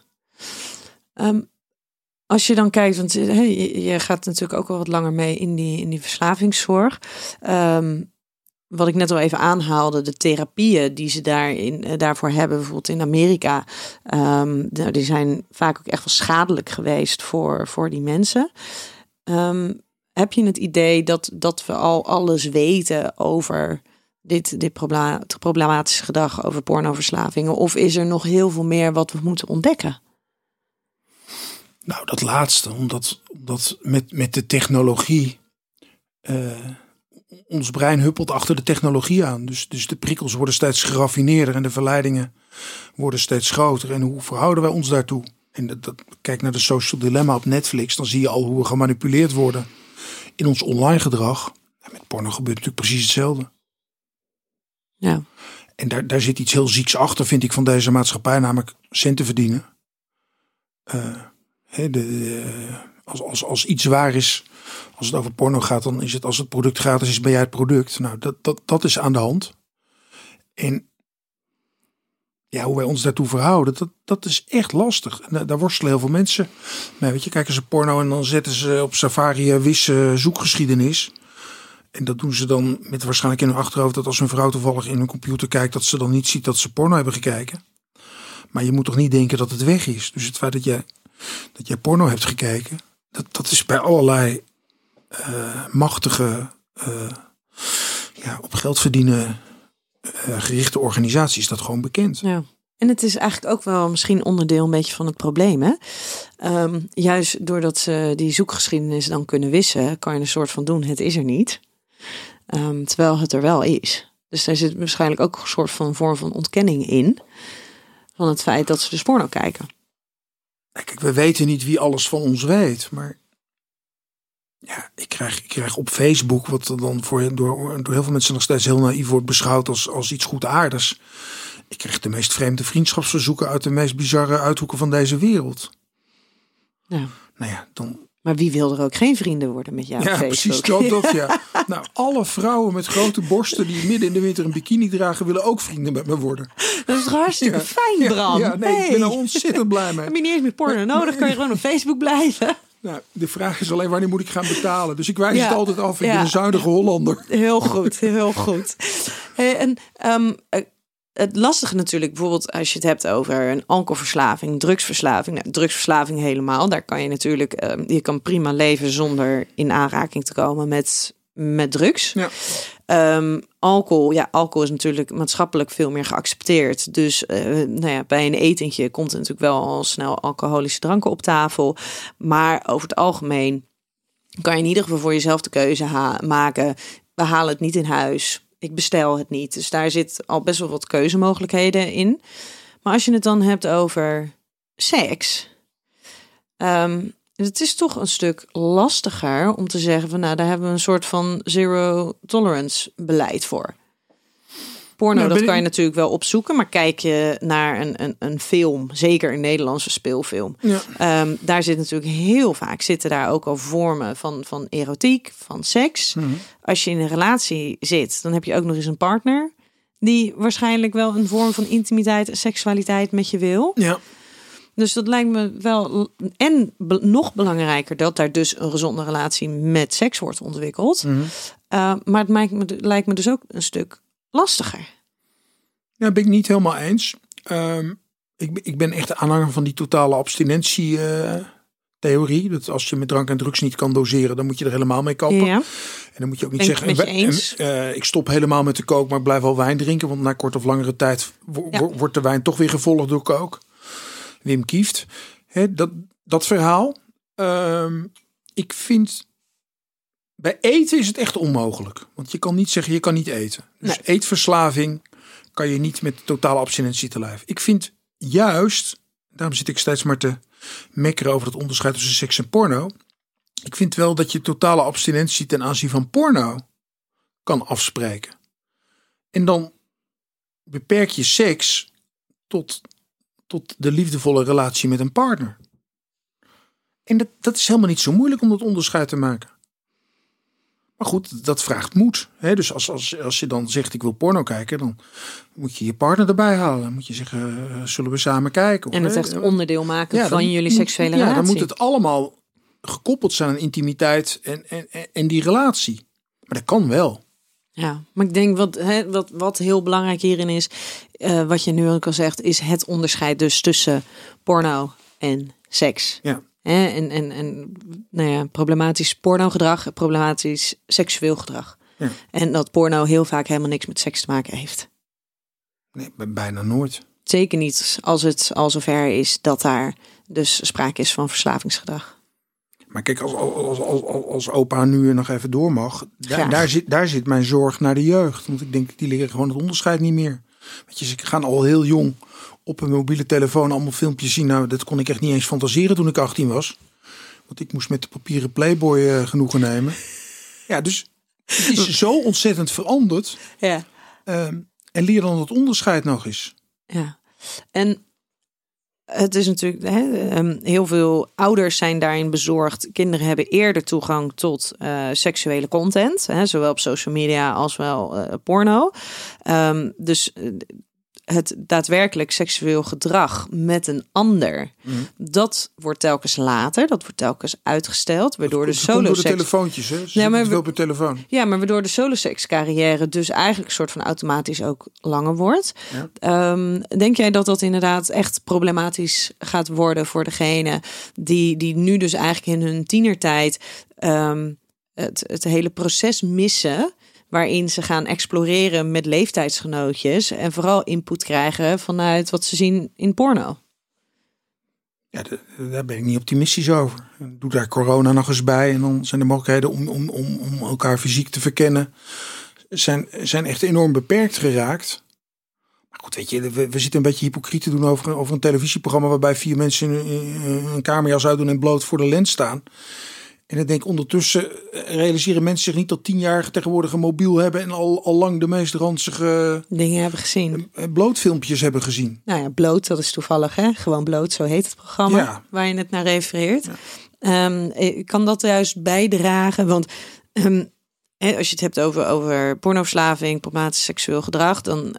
Als je dan kijkt, want je gaat natuurlijk ook wel wat langer mee in die verslavingszorg. Wat ik net al even aanhaalde, de therapieën die ze daarvoor hebben, bijvoorbeeld in Amerika, die zijn vaak ook echt wel schadelijk geweest voor die mensen. Heb je het idee dat we al alles weten over dit problematische gedrag, over pornoverslavingen? Of is er nog heel veel meer wat we moeten ontdekken? Nou, dat laatste, omdat met de technologie, ons brein huppelt achter de technologie aan. Dus de prikkels worden steeds geraffineerder en de verleidingen worden steeds groter. En hoe verhouden wij ons daartoe? En kijk naar de Social Dilemma op Netflix, dan zie je al hoe we gemanipuleerd worden in ons online gedrag. En met porno gebeurt natuurlijk precies hetzelfde. Ja. En daar zit iets heel zieks achter, vind ik, van deze maatschappij, namelijk centen verdienen. Als iets waar is, als het over porno gaat, dan is het, als het product gratis is, ben jij het product. Nou, dat is aan de hand. En ja, hoe wij ons daartoe verhouden, dat is echt lastig. En daar worstelen heel veel mensen. Maar weet je, kijken ze porno en dan zetten ze op Safari zoekgeschiedenis. En dat doen ze dan met waarschijnlijk in hun achterhoofd dat als een vrouw toevallig in hun computer kijkt, dat ze dan niet ziet dat ze porno hebben gekeken. Maar je moet toch niet denken dat het weg is. Dus het feit dat jij porno hebt gekeken, dat is bij allerlei machtige, op geld verdienen gerichte organisaties dat gewoon bekend. Ja. En het is eigenlijk ook wel misschien onderdeel een beetje van het probleem. Hè? Juist doordat ze die zoekgeschiedenis dan kunnen wissen, kan je een soort van doen, het is er niet. Terwijl het er wel is. Dus daar zit waarschijnlijk ook een soort van vorm van ontkenning in. Van het feit dat ze dus porno kijken. Kijk, we weten niet wie alles van ons weet. Maar ja, ik krijg op Facebook, wat dan door heel veel mensen nog steeds heel naïef wordt beschouwd als iets goedaardigs. Ik kreeg de meest vreemde vriendschapsverzoeken uit de meest bizarre uithoeken van deze wereld. Ja. Nou ja, dan... Maar wie wil er ook geen vrienden worden met jou op Facebook? Precies, dat ja. Nou, alle vrouwen met grote borsten die midden in de winter een bikini dragen, willen ook vrienden met me worden. Dat is toch hartstikke fijn, Bram? Ja, nee, ik ben er ontzettend blij mee. Heb je niet eens meer porno nodig? Kan je gewoon op Facebook blijven? Nou, de vraag is alleen wanneer moet ik gaan betalen. Dus ik wijs het altijd af. Ik ben een zuinige Hollander. Heel goed, heel goed. Het lastige natuurlijk, bijvoorbeeld als je het hebt over een alcoholverslaving, drugsverslaving. Nou, drugsverslaving helemaal. Daar kan je natuurlijk, je kan prima leven zonder in aanraking te komen met drugs. Ja. Alcohol is natuurlijk maatschappelijk veel meer geaccepteerd. Dus bij een etentje komt er natuurlijk wel al snel alcoholische dranken op tafel. Maar over het algemeen kan je in ieder geval voor jezelf de keuze maken. We halen het niet in huis. Ik bestel het niet. Dus daar zit al best wel wat keuzemogelijkheden in. Maar als je het dan hebt over seks. Het is toch een stuk lastiger om te zeggen van, nou, daar hebben we een soort van zero tolerance beleid voor. Porno, dat kan je natuurlijk wel opzoeken, maar kijk je naar een film, zeker een Nederlandse speelfilm. Ja. Daar zit natuurlijk heel vaak zitten daar ook al vormen van erotiek, van seks. Mm-hmm. Als je in een relatie zit, dan heb je ook nog eens een partner die waarschijnlijk wel een vorm van intimiteit en seksualiteit met je wil. Ja. Dus dat lijkt me wel, en nog belangrijker, dat daar dus een gezonde relatie met seks wordt ontwikkeld. Mm-hmm. Maar het lijkt me dus ook een stuk lastiger. Ja, ben ik niet helemaal eens. Ik ben echt aanhanger van die totale abstinentie theorie. Dat als je met drank en drugs niet kan doseren, dan moet je er helemaal mee kappen. Ja. En dan moet je ook niet zeggen, ik stop helemaal met de kook, maar ik blijf wel wijn drinken. Want na kort of langere tijd wordt de wijn toch weer gevolgd door kook. Wim Kieft. Dat verhaal. Ik vind, bij eten is het echt onmogelijk. Want je kan niet zeggen, je kan niet eten. Dus eetverslaving kan je niet met totale abstinentie te lijf. Ik vind juist, daarom zit ik steeds maar te mekkeren over het onderscheid tussen seks en porno. Ik vind wel dat je totale abstinentie ten aanzien van porno kan afspreken. En dan beperk je seks tot de liefdevolle relatie met een partner. En dat is helemaal niet zo moeilijk om dat onderscheid te maken. Maar goed, dat vraagt moed. Dus als je dan zegt, ik wil porno kijken, dan moet je je partner erbij halen. Dan moet je zeggen, zullen we samen kijken? En het echt onderdeel maken van jullie seksuele relatie. Ja, dan moet het allemaal gekoppeld zijn aan intimiteit en die relatie. Maar dat kan wel. Ja, maar ik denk wat heel belangrijk hierin is, wat je nu ook al zegt, is het onderscheid dus tussen porno en seks. Ja. En problematisch pornogedrag, problematisch seksueel gedrag. Ja. En dat porno heel vaak helemaal niks met seks te maken heeft. Nee, bijna nooit. Zeker niet als het al zover is dat daar dus sprake is van verslavingsgedrag. Maar kijk, als opa nu nog even door mag, daar zit mijn zorg naar de jeugd. Want ik denk, die leren gewoon het onderscheid niet meer. Weet je, ze gaan al heel jong op een mobiele telefoon allemaal filmpjes zien. Nou, dat kon ik echt niet eens fantaseren toen ik 18 was. Want ik moest met de papieren Playboy genoegen nemen. Ja, dus het is zo ontzettend veranderd. Ja. En leer dan het onderscheid nog eens. Ja, en het is natuurlijk, heel veel ouders zijn daarin bezorgd. Kinderen hebben eerder toegang tot seksuele content. Zowel op social media als wel porno. Dus het daadwerkelijk seksueel gedrag met een ander, dat wordt telkens later, dat wordt telkens uitgesteld, waardoor de soloseks, door de telefoontjes, hè? Ja, maar wel op telefoon. Ja, maar waardoor de soloseks-carrière dus eigenlijk een soort van automatisch ook langer wordt. Ja. Denk jij dat dat inderdaad echt problematisch gaat worden voor degene die nu dus eigenlijk in hun tienertijd het hele proces missen, waarin ze gaan exploreren met leeftijdsgenootjes en vooral input krijgen vanuit wat ze zien in porno? Ja, daar ben ik niet optimistisch over. Doe daar corona nog eens bij en dan zijn de mogelijkheden om elkaar fysiek te verkennen zijn echt enorm beperkt geraakt. Maar goed, weet je, we zitten een beetje hypocriet te doen over een televisieprogramma waarbij 4 mensen een kamerjas uitdoen en bloot voor de lens staan. En ik denk ondertussen realiseren mensen zich niet dat 10-jarigen tegenwoordig een mobiel hebben en al lang de meest ranzige dingen hebben gezien. Blootfilmpjes hebben gezien. Nou ja, Bloot, dat is toevallig, hè? Gewoon Bloot, zo heet het programma waar je het naar refereert. Ja. Kan dat juist bijdragen? Want als je het hebt over pornoverslaving, problematisch seksueel gedrag, dan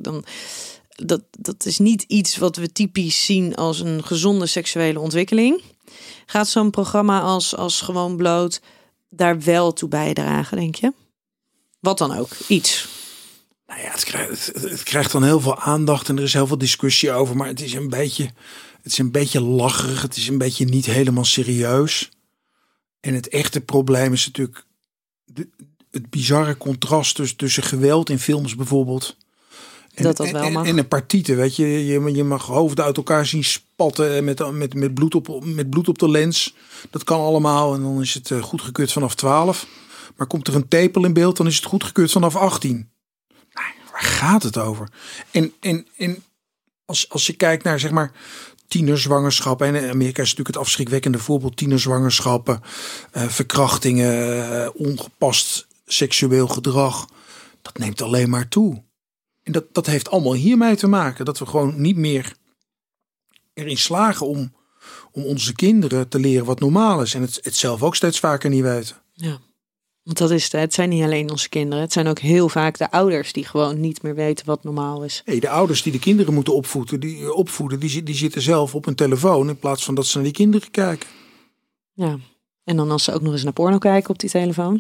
dat is niet iets wat we typisch zien als een gezonde seksuele ontwikkeling. Gaat zo'n programma als Gewoon Bloot daar wel toe bijdragen, denk je? Wat dan ook? Iets. Nou ja, het krijgt dan heel veel aandacht en er is heel veel discussie over. Maar het is een beetje lacherig. Het is een beetje niet helemaal serieus. En het echte probleem is natuurlijk het bizarre contrast tussen geweld in films bijvoorbeeld. Dat wel mag. En een partieten, weet je. Je mag hoofden uit elkaar zien spatten met bloed op de lens. Dat kan allemaal en dan is het goedgekeurd vanaf 12. Maar komt er een tepel in beeld, dan is het goedgekeurd vanaf 18. Nou, waar gaat het over? En als je kijkt naar, zeg maar, tienerzwangerschappen. En in Amerika is natuurlijk het afschrikwekkende voorbeeld. Tienerzwangerschappen, verkrachtingen, ongepast seksueel gedrag. Dat neemt alleen maar toe. En dat heeft allemaal hiermee te maken. Dat we gewoon niet meer erin slagen om onze kinderen te leren wat normaal is. En het zelf ook steeds vaker niet weten. Ja, want dat is het. Het zijn niet alleen onze kinderen. Het zijn ook heel vaak de ouders die gewoon niet meer weten wat normaal is. Nee, de ouders die de kinderen moeten opvoeden, die zitten zelf op hun telefoon in plaats van dat ze naar die kinderen kijken. Ja, en dan als ze ook nog eens naar porno kijken op die telefoon.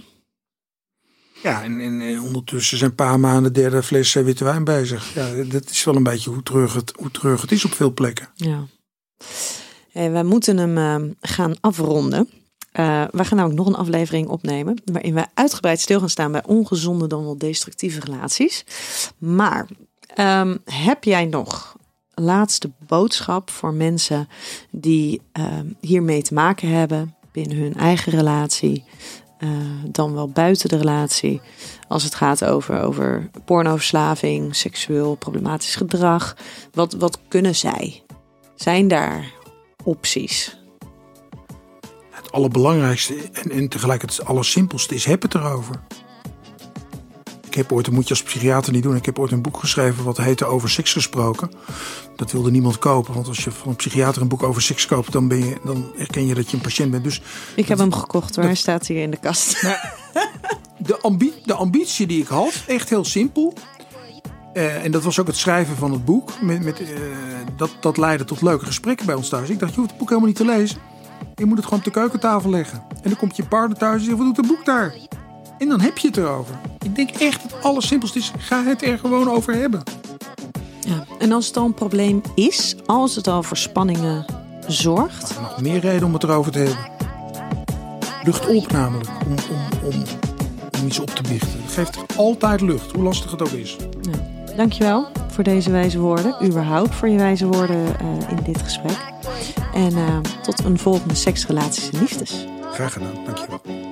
Ja, en ondertussen zijn een paar maanden derde fles witte wijn bezig. Ja, dat is wel een beetje hoe terug het is op veel plekken. Ja. Hey, wij moeten hem gaan afronden. We gaan namelijk nog een aflevering opnemen waarin wij uitgebreid stil gaan staan bij ongezonde dan wel destructieve relaties. Maar heb jij nog laatste boodschap voor mensen die hiermee te maken hebben binnen hun eigen relatie? Dan wel buiten de relatie. Als het gaat over pornoverslaving, seksueel problematisch gedrag. Wat kunnen zij? Zijn daar opties? Het allerbelangrijkste en tegelijk het allersimpelste is: heb het erover. Dat moet je als psychiater niet doen. Ik heb ooit een boek geschreven wat heette Over Seks Gesproken. Dat wilde niemand kopen. Want als je van een psychiater een boek over seks koopt, dan herken je dat je een patiënt bent. Dus ik heb hem gekocht hoor. Hij staat hier in de kast. Nou, de ambitie die ik had, echt heel simpel. En dat was ook het schrijven van het boek. Dat leidde tot leuke gesprekken bij ons thuis. Ik dacht, je hoeft het boek helemaal niet te lezen. Je moet het gewoon op de keukentafel leggen. En dan komt je partner thuis en zegt, wat doet het boek daar? En dan heb je het erover. Ik denk echt het allersimpelste is, ga het er gewoon over hebben. Ja, en als het al een probleem is, als het al voor spanningen zorgt. Nog meer reden om het erover te hebben. Lucht op namelijk, om iets op te biechten. Het geeft altijd lucht, hoe lastig het ook is. Ja, dankjewel voor deze wijze woorden. Überhaupt voor je wijze woorden in dit gesprek. En tot een volgende Seks, Relaties en Liefdes. Graag gedaan, dankjewel.